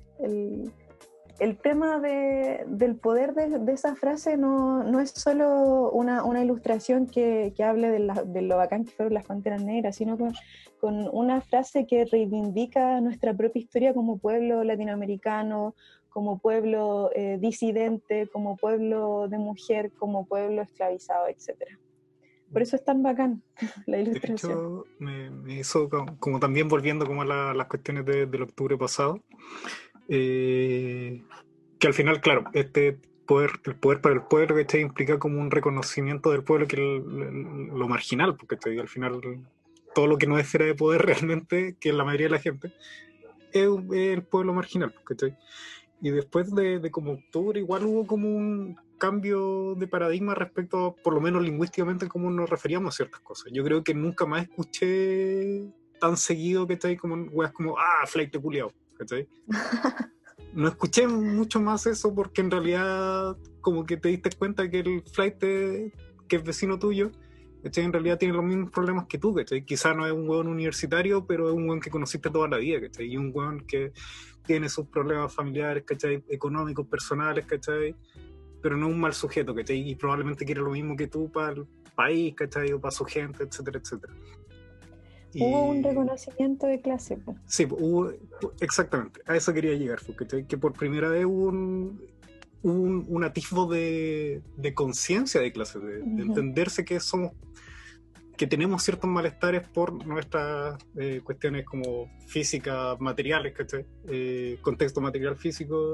El tema del poder de esa frase no es solo una ilustración que hable de lo bacán que fueron las Panteras Negras, sino con una frase que reivindica nuestra propia historia como pueblo latinoamericano, como pueblo disidente, como pueblo de mujer, como pueblo esclavizado, etc. Por eso es tan bacán la ilustración. De hecho, me hizo como también volviendo como a las cuestiones del octubre pasado, que al final, claro, el poder para el pueblo, que implica como un reconocimiento del pueblo, que es lo marginal, porque al final todo lo que no es esfera de poder realmente, que es la mayoría de la gente, es el pueblo marginal, ¿cachai? Y después de como octubre igual hubo como un cambio de paradigma respecto, por lo menos lingüísticamente, cómo nos referíamos a ciertas cosas. Yo creo que nunca más escuché tan seguido, ¿cachai? Como weas como, flight de culiao, ¿cachai? No escuché mucho más eso, porque en realidad como que te diste cuenta que el flight que es vecino tuyo, ¿cachai? En realidad tiene los mismos problemas que tú, ¿cachai? Quizá no es un hueón universitario, pero es un hueón que conociste toda la vida, ¿cachai? Y un hueón que tiene sus problemas familiares, ¿cachai? Económicos, personales, ¿cachai? Pero no un mal sujeto, ¿cachai? Y probablemente quiere lo mismo que tú para el país, ¿cachai? O para su gente, etcétera, etcétera. Hubo un reconocimiento de clase, pues. Sí, exactamente, a eso quería llegar, ¿cachai? Que por primera vez hubo un atisbo de conciencia de clase, de entenderse que tenemos ciertos malestares por nuestras cuestiones como físicas, materiales, ¿cachai? Contexto material físico,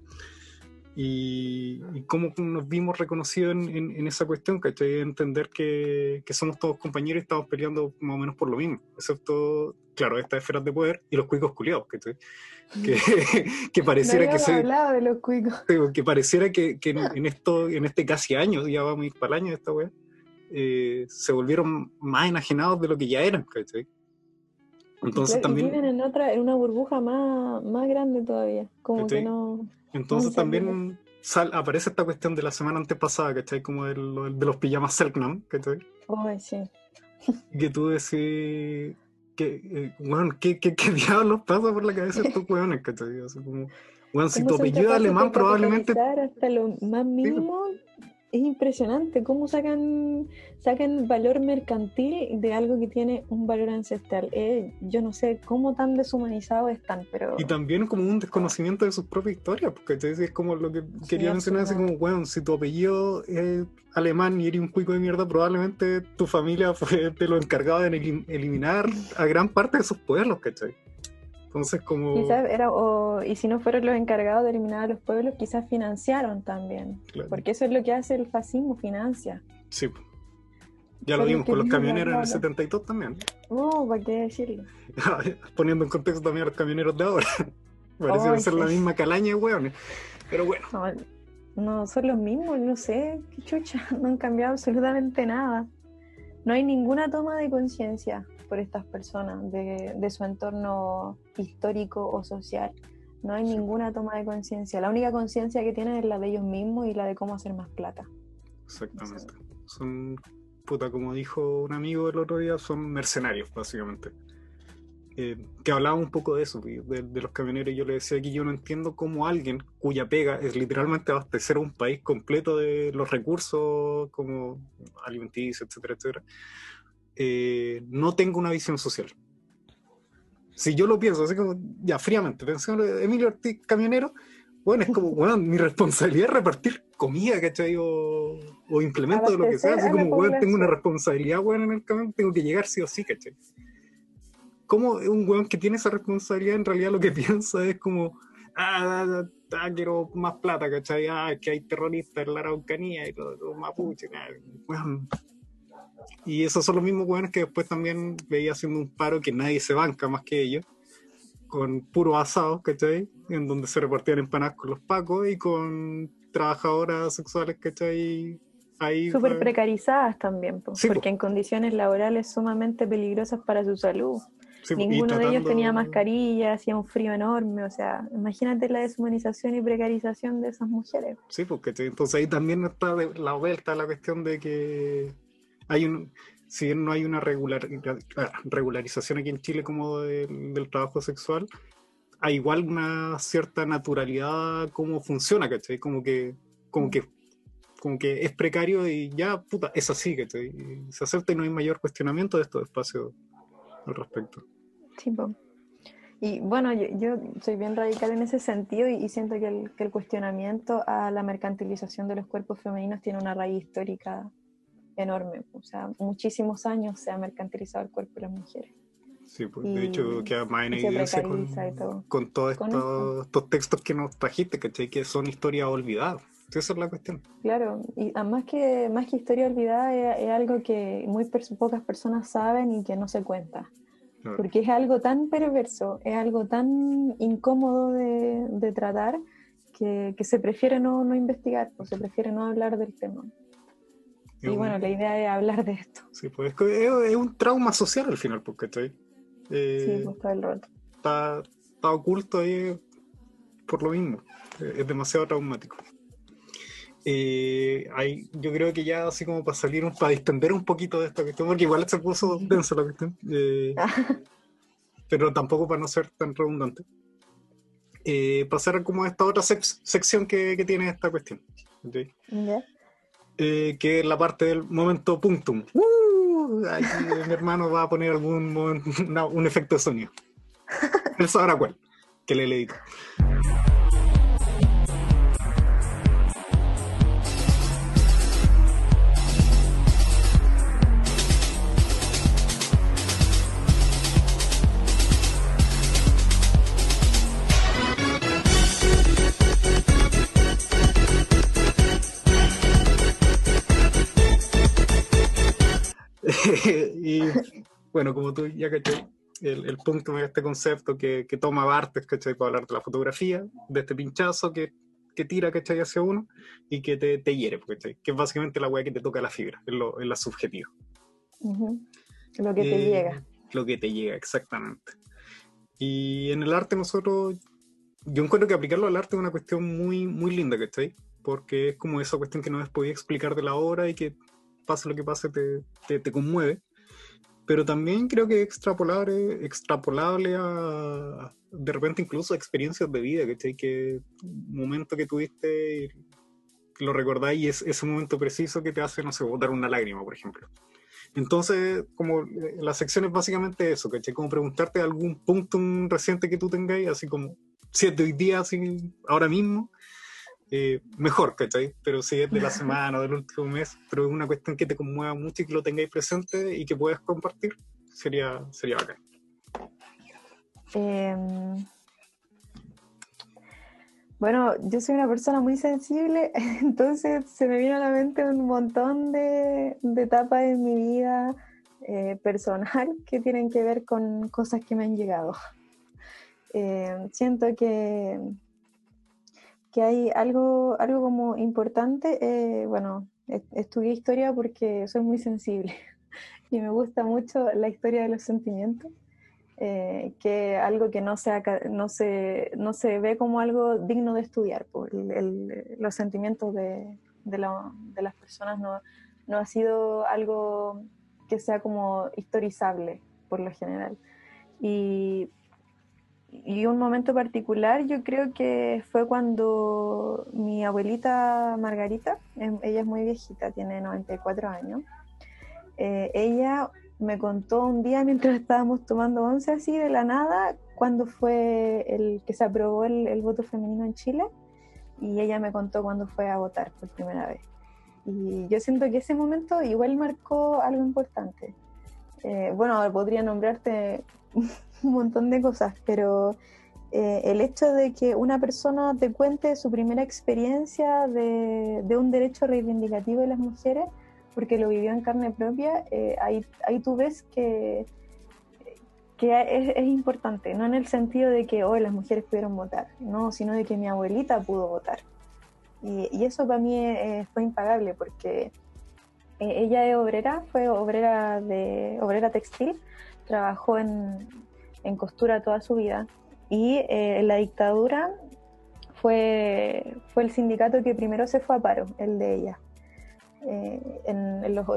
y cómo nos vimos reconocidos en esa cuestión, ¿cachai? Entender que somos todos compañeros y estamos peleando más o menos por lo mismo, excepto, claro, estas esferas de poder y los cuicos culiados, ¿cachai? Que pareciera no que hablado de los cuicos. Que pareciera que en este casi año, ya vamos a ir para el año de esta wea, se volvieron más enajenados de lo que ya eran, ¿cachai? Entonces claro, también... Y viven en una burbuja más grande todavía, como ¿cachai? que no... Entonces también aparece esta cuestión de la semana antepasada, ¿cachai? Como de los pijamas Selknam, ¿cachai? Sí. Que tú decís... bueno, ¿qué diablos pasa por la cabeza de estos weones, ¿cachai? Así como, bueno, si tu apellido es alemán, probablemente... hasta lo más mínimo. Es impresionante cómo sacan valor mercantil de algo que tiene un valor ancestral. Yo no sé cómo tan deshumanizados están, pero... Y también como un desconocimiento de sus propias historias, porque es como lo que quería mencionar, así como, bueno, si tu apellido es alemán y eres un cuico de mierda, probablemente tu familia fue de lo encargado de eliminar a gran parte de sus pueblos, ¿cachai? Entonces como... Quizás y si no fueron los encargados de eliminar a los pueblos, quizás financiaron también. Claro. Porque eso es lo que hace el fascismo, financia. Sí. Ya lo vimos con los camioneros en el 72 también. ¿Para qué decirlo? Poniendo en contexto también a los camioneros de ahora. Parecieron ser la misma calaña de hueones. Pero bueno. No, no son los mismos, no sé, qué chucha, no han cambiado absolutamente nada. No hay ninguna toma de conciencia por estas personas de su entorno histórico o social. No hay ninguna toma de conciencia. La única conciencia que tienen es la de ellos mismos y la de cómo hacer más plata. Exactamente. Son, puta, como dijo un amigo el otro día, son mercenarios, básicamente. Que hablaba un poco de eso, de los camioneros. Yo le decía que yo no entiendo cómo alguien cuya pega es literalmente abastecer a un país completo de los recursos como alimenticios, etcétera, etcétera, no tenga una visión social. Si yo lo pienso así como, ya fríamente, pensando en Emilio Ortiz, camionero, bueno, es como, bueno, mi responsabilidad es repartir comida, ¿cachai? O implementos de lo que sea, Abastecer así a la como, bueno, tengo una población. responsabilidad, bueno, en el camión, tengo que llegar sí o sí, ¿cachai? ¿Cómo un weón que tiene esa responsabilidad en realidad lo que piensa es como, quiero más plata, ¿cachai? Es que hay terroristas en la Araucanía y los mapuches, weón. Y esos son los mismos weones que después también veía haciendo un paro que nadie se banca más que ellos, con puros asados, ¿cachai? En donde se repartían empanadas con los pacos y con trabajadoras sexuales, ¿cachai? Ahí, Súper precarizadas también, sí, pues, porque en condiciones laborales sumamente peligrosas para su salud. sí, po, y Ninguno de ellos tenía tratando, mascarilla, hacía un frío enorme, o sea, imagínate la deshumanización y precarización de esas mujeres. sí, pues, ¿cachai? Entonces ahí también está de la vuelta la cuestión de que hay un, si bien no hay una regularización aquí en Chile como del trabajo sexual, hay igual una cierta naturalidad cómo funciona, ¿cachai? Como que, como que es precario y ya, puta, es así, ¿cachai? Y se acepta y no hay mayor cuestionamiento de estos espacios al respecto. Sí, po. Y bueno, yo soy bien radical en ese sentido y siento que el cuestionamiento a la mercantilización de los cuerpos femeninos tiene una raíz histórica enorme. O sea, muchísimos años se ha mercantilizado el cuerpo de las mujeres Sí, pues de y, hecho queda más en y se evidencia precariza y todo. con todos Con esto, estos textos que nos trajiste, ¿cachai? Que son historias olvidadas. Sí, esa es la cuestión. claro, y además más que historia olvidada es algo que pocas personas saben y que no se cuenta. Claro. Porque es algo tan perverso, es algo tan incómodo de tratar que se prefiere no investigar, o se prefiere no hablar del tema. Es Y bueno, la idea es hablar de esto. sí, pues es un trauma social al final, pues, ¿cachai? Sí, Eh, pues todo el rato. está oculto ahí por lo mismo. Es demasiado traumático. Yo creo que ya así como para salir, para distender un poquito de esta cuestión, porque igual se puso densa la cuestión, pero tampoco para no ser tan redundante. Pasar como a esta otra sección que tiene esta cuestión, ¿okay? ¿Ya? Que es la parte del momento punctum. Aquí mi hermano va a poner algún momento, un efecto de sonido. Él sabrá cuál, que le edito. Y bueno, como tú ya caché, el punto de este concepto que toma Bartes, ¿cachai? Para hablar de la fotografía, de este pinchazo que tira, ¿cachai? Hacia uno y que te hiere, ¿cachai? Que es básicamente la weá que te toca la fibra, es la subjetiva. Uh-huh. Lo que te Eh, llega. lo que te llega, exactamente. Y en el arte yo encuentro que aplicarlo al arte es una cuestión muy, muy linda, ¿cachai? Porque es como esa cuestión que no les podía explicar de la obra y que pase lo que pase te conmueve. Pero también creo que es extrapolable a de repente incluso a experiencias de vida, ¿cachai? Que un momento que tuviste lo recordáis y es ese momento preciso que te hace, no sé, botar una lágrima, por ejemplo. Entonces, como la sección es básicamente eso, ¿cachai? Como preguntarte algún punto reciente que tú tengáis, así como si es de hoy día, así, ahora mismo, mejor, ¿cachai? Pero si es de la semana o del último mes, pero es una cuestión que te conmueva mucho y que lo tengáis presente y que puedas compartir, sería bacán. Bueno, yo soy una persona muy sensible, entonces se me viene a la mente un montón de etapas en mi vida personal que tienen que ver con cosas que me han llegado. Siento que que hay algo como importante. Bueno, estudié historia porque soy muy sensible y me gusta mucho la historia de los sentimientos, que algo que no se ve como algo digno de estudiar. Pues los sentimientos de las personas no ha sido algo que sea como historizable por lo general. Y un momento particular yo creo que fue cuando mi abuelita Margarita, ella es muy viejita, tiene 94 años, ella me contó un día mientras estábamos tomando once así de la nada, cuando fue el que se aprobó el voto femenino en Chile, y ella me contó cuando fue a votar por primera vez. Y yo siento que ese momento igual marcó algo importante. Bueno, podría nombrarte un montón de cosas, pero el hecho de que una persona te cuente su primera experiencia de un derecho reivindicativo de las mujeres, porque lo vivió en carne propia, ahí tú ves que es importante, no en el sentido de que hoy las mujeres pudieron votar, no, sino de que mi abuelita pudo votar. Y eso para mí fue impagable, porque ella es obrera, fue obrera textil, trabajó en costura toda su vida, y en la dictadura fue el sindicato que primero se fue a paro, el de ella. En los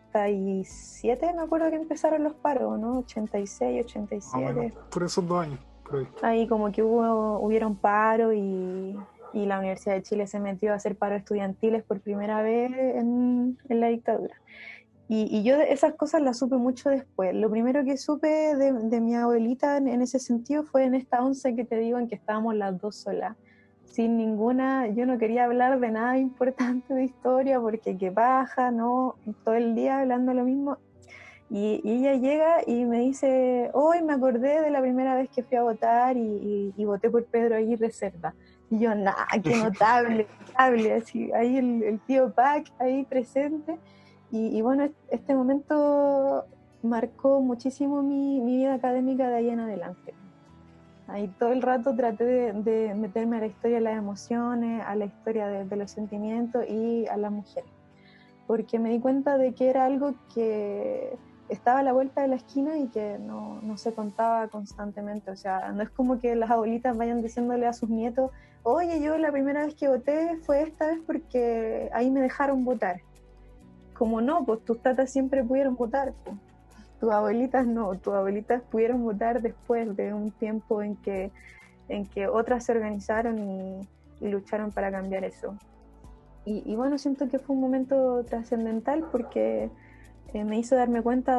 87 me acuerdo que empezaron los paros, ¿no? 86, 87. Bueno, por esos 2 años. Por ahí como que hubieron paro, y la Universidad de Chile se metió a hacer paros estudiantiles por primera vez en la dictadura. Y yo esas cosas las supe mucho después. Lo primero que supe de mi abuelita en ese sentido fue en esta once que te digo, en que estábamos las dos solas, sin ninguna. Yo no quería hablar de nada importante de historia, porque qué paja, ¿no? Todo el día hablando lo mismo. Y ella llega y me dice: hoy me acordé de la primera vez que fui a votar y voté por Pedro Aguirre Cerda. Y yo, nah, qué notable, así, ahí el tío Pac ahí presente. Y bueno, este momento marcó muchísimo mi vida académica de ahí en adelante. Ahí todo el rato traté de meterme a la historia de las emociones, a la historia de los sentimientos y a las mujeres, porque me di cuenta de que era algo que estaba a la vuelta de la esquina y que no se contaba constantemente. O sea, no es como que las abuelitas vayan diciéndole a sus nietos: oye, yo la primera vez que voté fue esta vez porque ahí me dejaron votar. Como no, pues tus tatas siempre pudieron votar, pues. Tus abuelitas no, tus abuelitas pudieron votar después de un tiempo en que otras se organizaron y lucharon para cambiar eso. Y bueno, siento que fue un momento trascendental, porque me hizo darme cuenta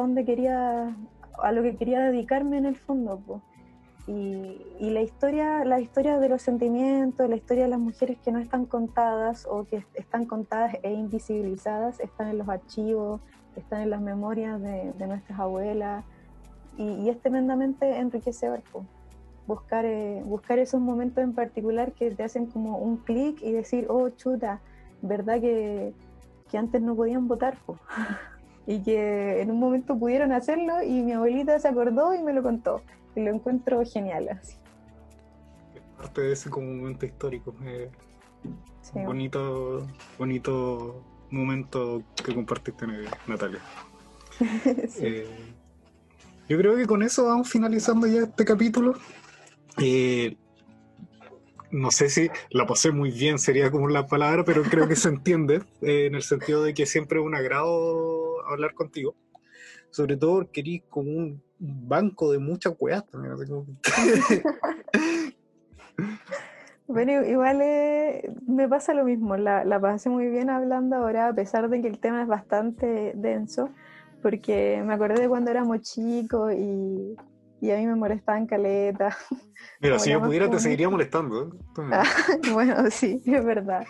a lo que quería dedicarme en el fondo, pues. Y la historia de los sentimientos, la historia de las mujeres que no están contadas, o que están contadas e invisibilizadas, están en los archivos, están en las memorias de nuestras abuelas, y es tremendamente enriquecedor, pues. Buscar esos momentos en particular que te hacen como un clic y decir: oh, chuta, ¿verdad que antes no podían votar, po? Y que en un momento pudieron hacerlo, y mi abuelita se acordó y me lo contó, y lo encuentro genial, así. Es parte de ese como momento histórico. Sí. Bonito momento que compartiste, Natalia. Sí. Yo creo que con eso vamos finalizando ya este capítulo. No sé si la pasé muy bien, sería como la palabra, pero creo que se entiende, en el sentido de que siempre es un agrado hablar contigo, sobre todo porque eres como un banco de muchas weas también. Así como... Bueno, igual me pasa lo mismo, la pasé muy bien hablando ahora, a pesar de que el tema es bastante denso, porque me acordé de cuando éramos chicos, y a mí me molestaban caleta. Mira, Como si la yo más pudiera te común. seguiría molestando, ¿eh? Bueno, sí, es verdad.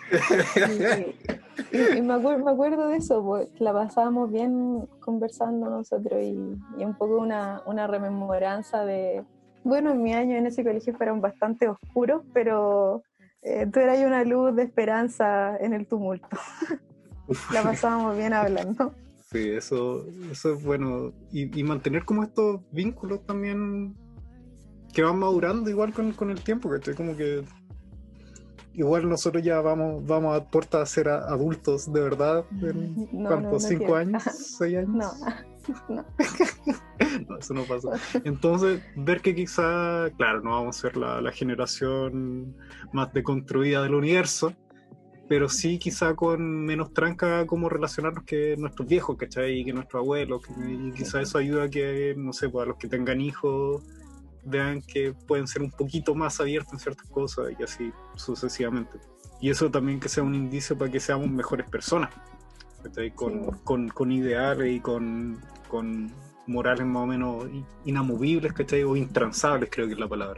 Y me acuerdo de eso, pues la pasábamos bien conversando nosotros, y un poco una rememoranza de, bueno, mis años en ese colegio fueron bastante oscuros, pero tú eras una luz de esperanza en el tumulto. La pasábamos bien hablando. Sí, eso es bueno. Y mantener como estos vínculos también que van madurando igual con el tiempo, ¿cachai? Como que igual nosotros ya vamos a puerta a ser adultos de verdad en ¿cuántos? ¿5 años? ¿6 años? No, no. No, eso no pasa. Entonces, ver que quizá, claro, no vamos a ser la generación más deconstruida del universo, pero sí quizá con menos tranca como relacionarnos que nuestros viejos, ¿cachai? Y que nuestros abuelos, y quizá eso ayuda a que, no sé, pues a los que tengan hijos vean que pueden ser un poquito más abiertos en ciertas cosas y así sucesivamente. Y eso también que sea un indicio para que seamos mejores personas, ¿cachai? Con ideales y con morales más o menos inamovibles, ¿cachai? O intransables, creo que es la palabra.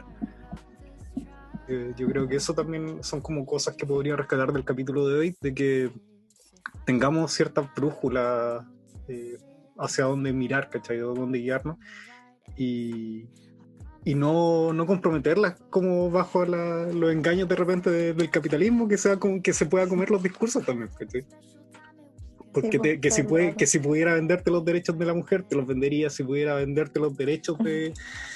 Yo creo que eso también son como cosas que podría rescatar del capítulo de hoy, de que tengamos cierta brújula hacia dónde mirar, ¿cachai? O dónde guiarnos, y no comprometerlas como bajo los engaños de repente del capitalismo, que sea como que se pueda comer los discursos también, ¿cachai? Porque Sí, que si pudiera venderte los derechos de la mujer, te los vendería. Si pudiera venderte los derechos de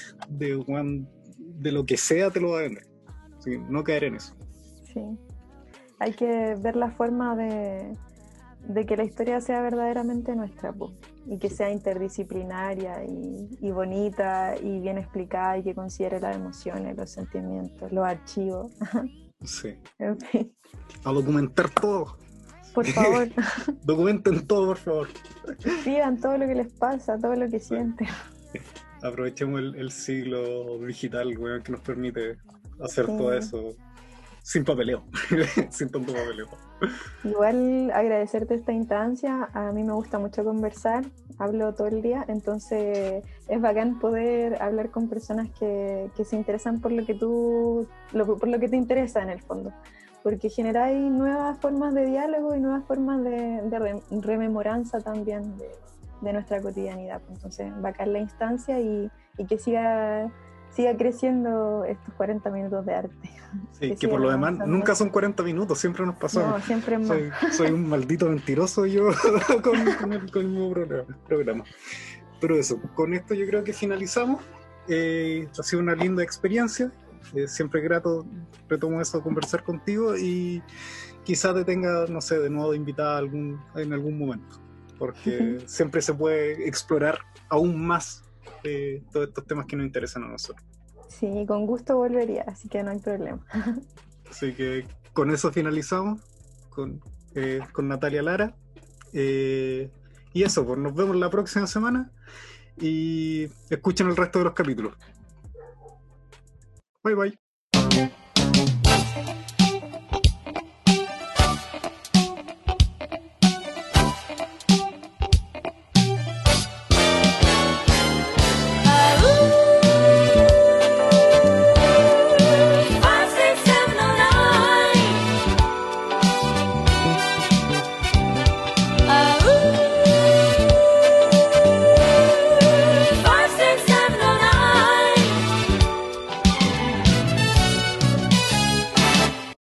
lo que sea, te lo va a vender. Sí, no caer en eso. Sí. Hay que ver la forma de que la historia sea verdaderamente nuestra, pues, y que sea interdisciplinaria y bonita y bien explicada, y que considere las emociones, los sentimientos, los archivos. Sí. En fin. A documentar todo. Por favor. Documenten todo, por favor. Escriban todo lo que les pasa, todo lo que sienten. Aprovechemos el siglo digital, weón, que nos permite hacer todo eso sin papeleo, sin tanto papeleo. Igual agradecerte esta instancia. A mí me gusta mucho conversar, hablo todo el día, entonces es bacán poder hablar con personas que se interesan por lo que por lo que te interesa en el fondo, porque generáis nuevas formas de diálogo y nuevas formas de rememoranza también de nuestra cotidianidad. Entonces bacán la instancia y que siga creciendo estos 40 minutos de arte. Sí, que por lo demás nunca son 40 minutos, siempre nos pasamos. No, siempre es más. Soy un maldito mentiroso yo con el mismo programa. Pero eso, con esto yo creo que finalizamos. Ha sido una linda experiencia. Siempre grato, retomo eso, conversar contigo, y quizás te tenga, no sé, de nuevo invitada en algún momento, porque siempre se puede explorar aún más todos estos temas que nos interesan a nosotros. Sí, con gusto volvería, así que no hay problema. Así que con eso finalizamos con Natalia Lara. Y eso, pues nos vemos la próxima semana y escuchen el resto de los capítulos. Bye bye.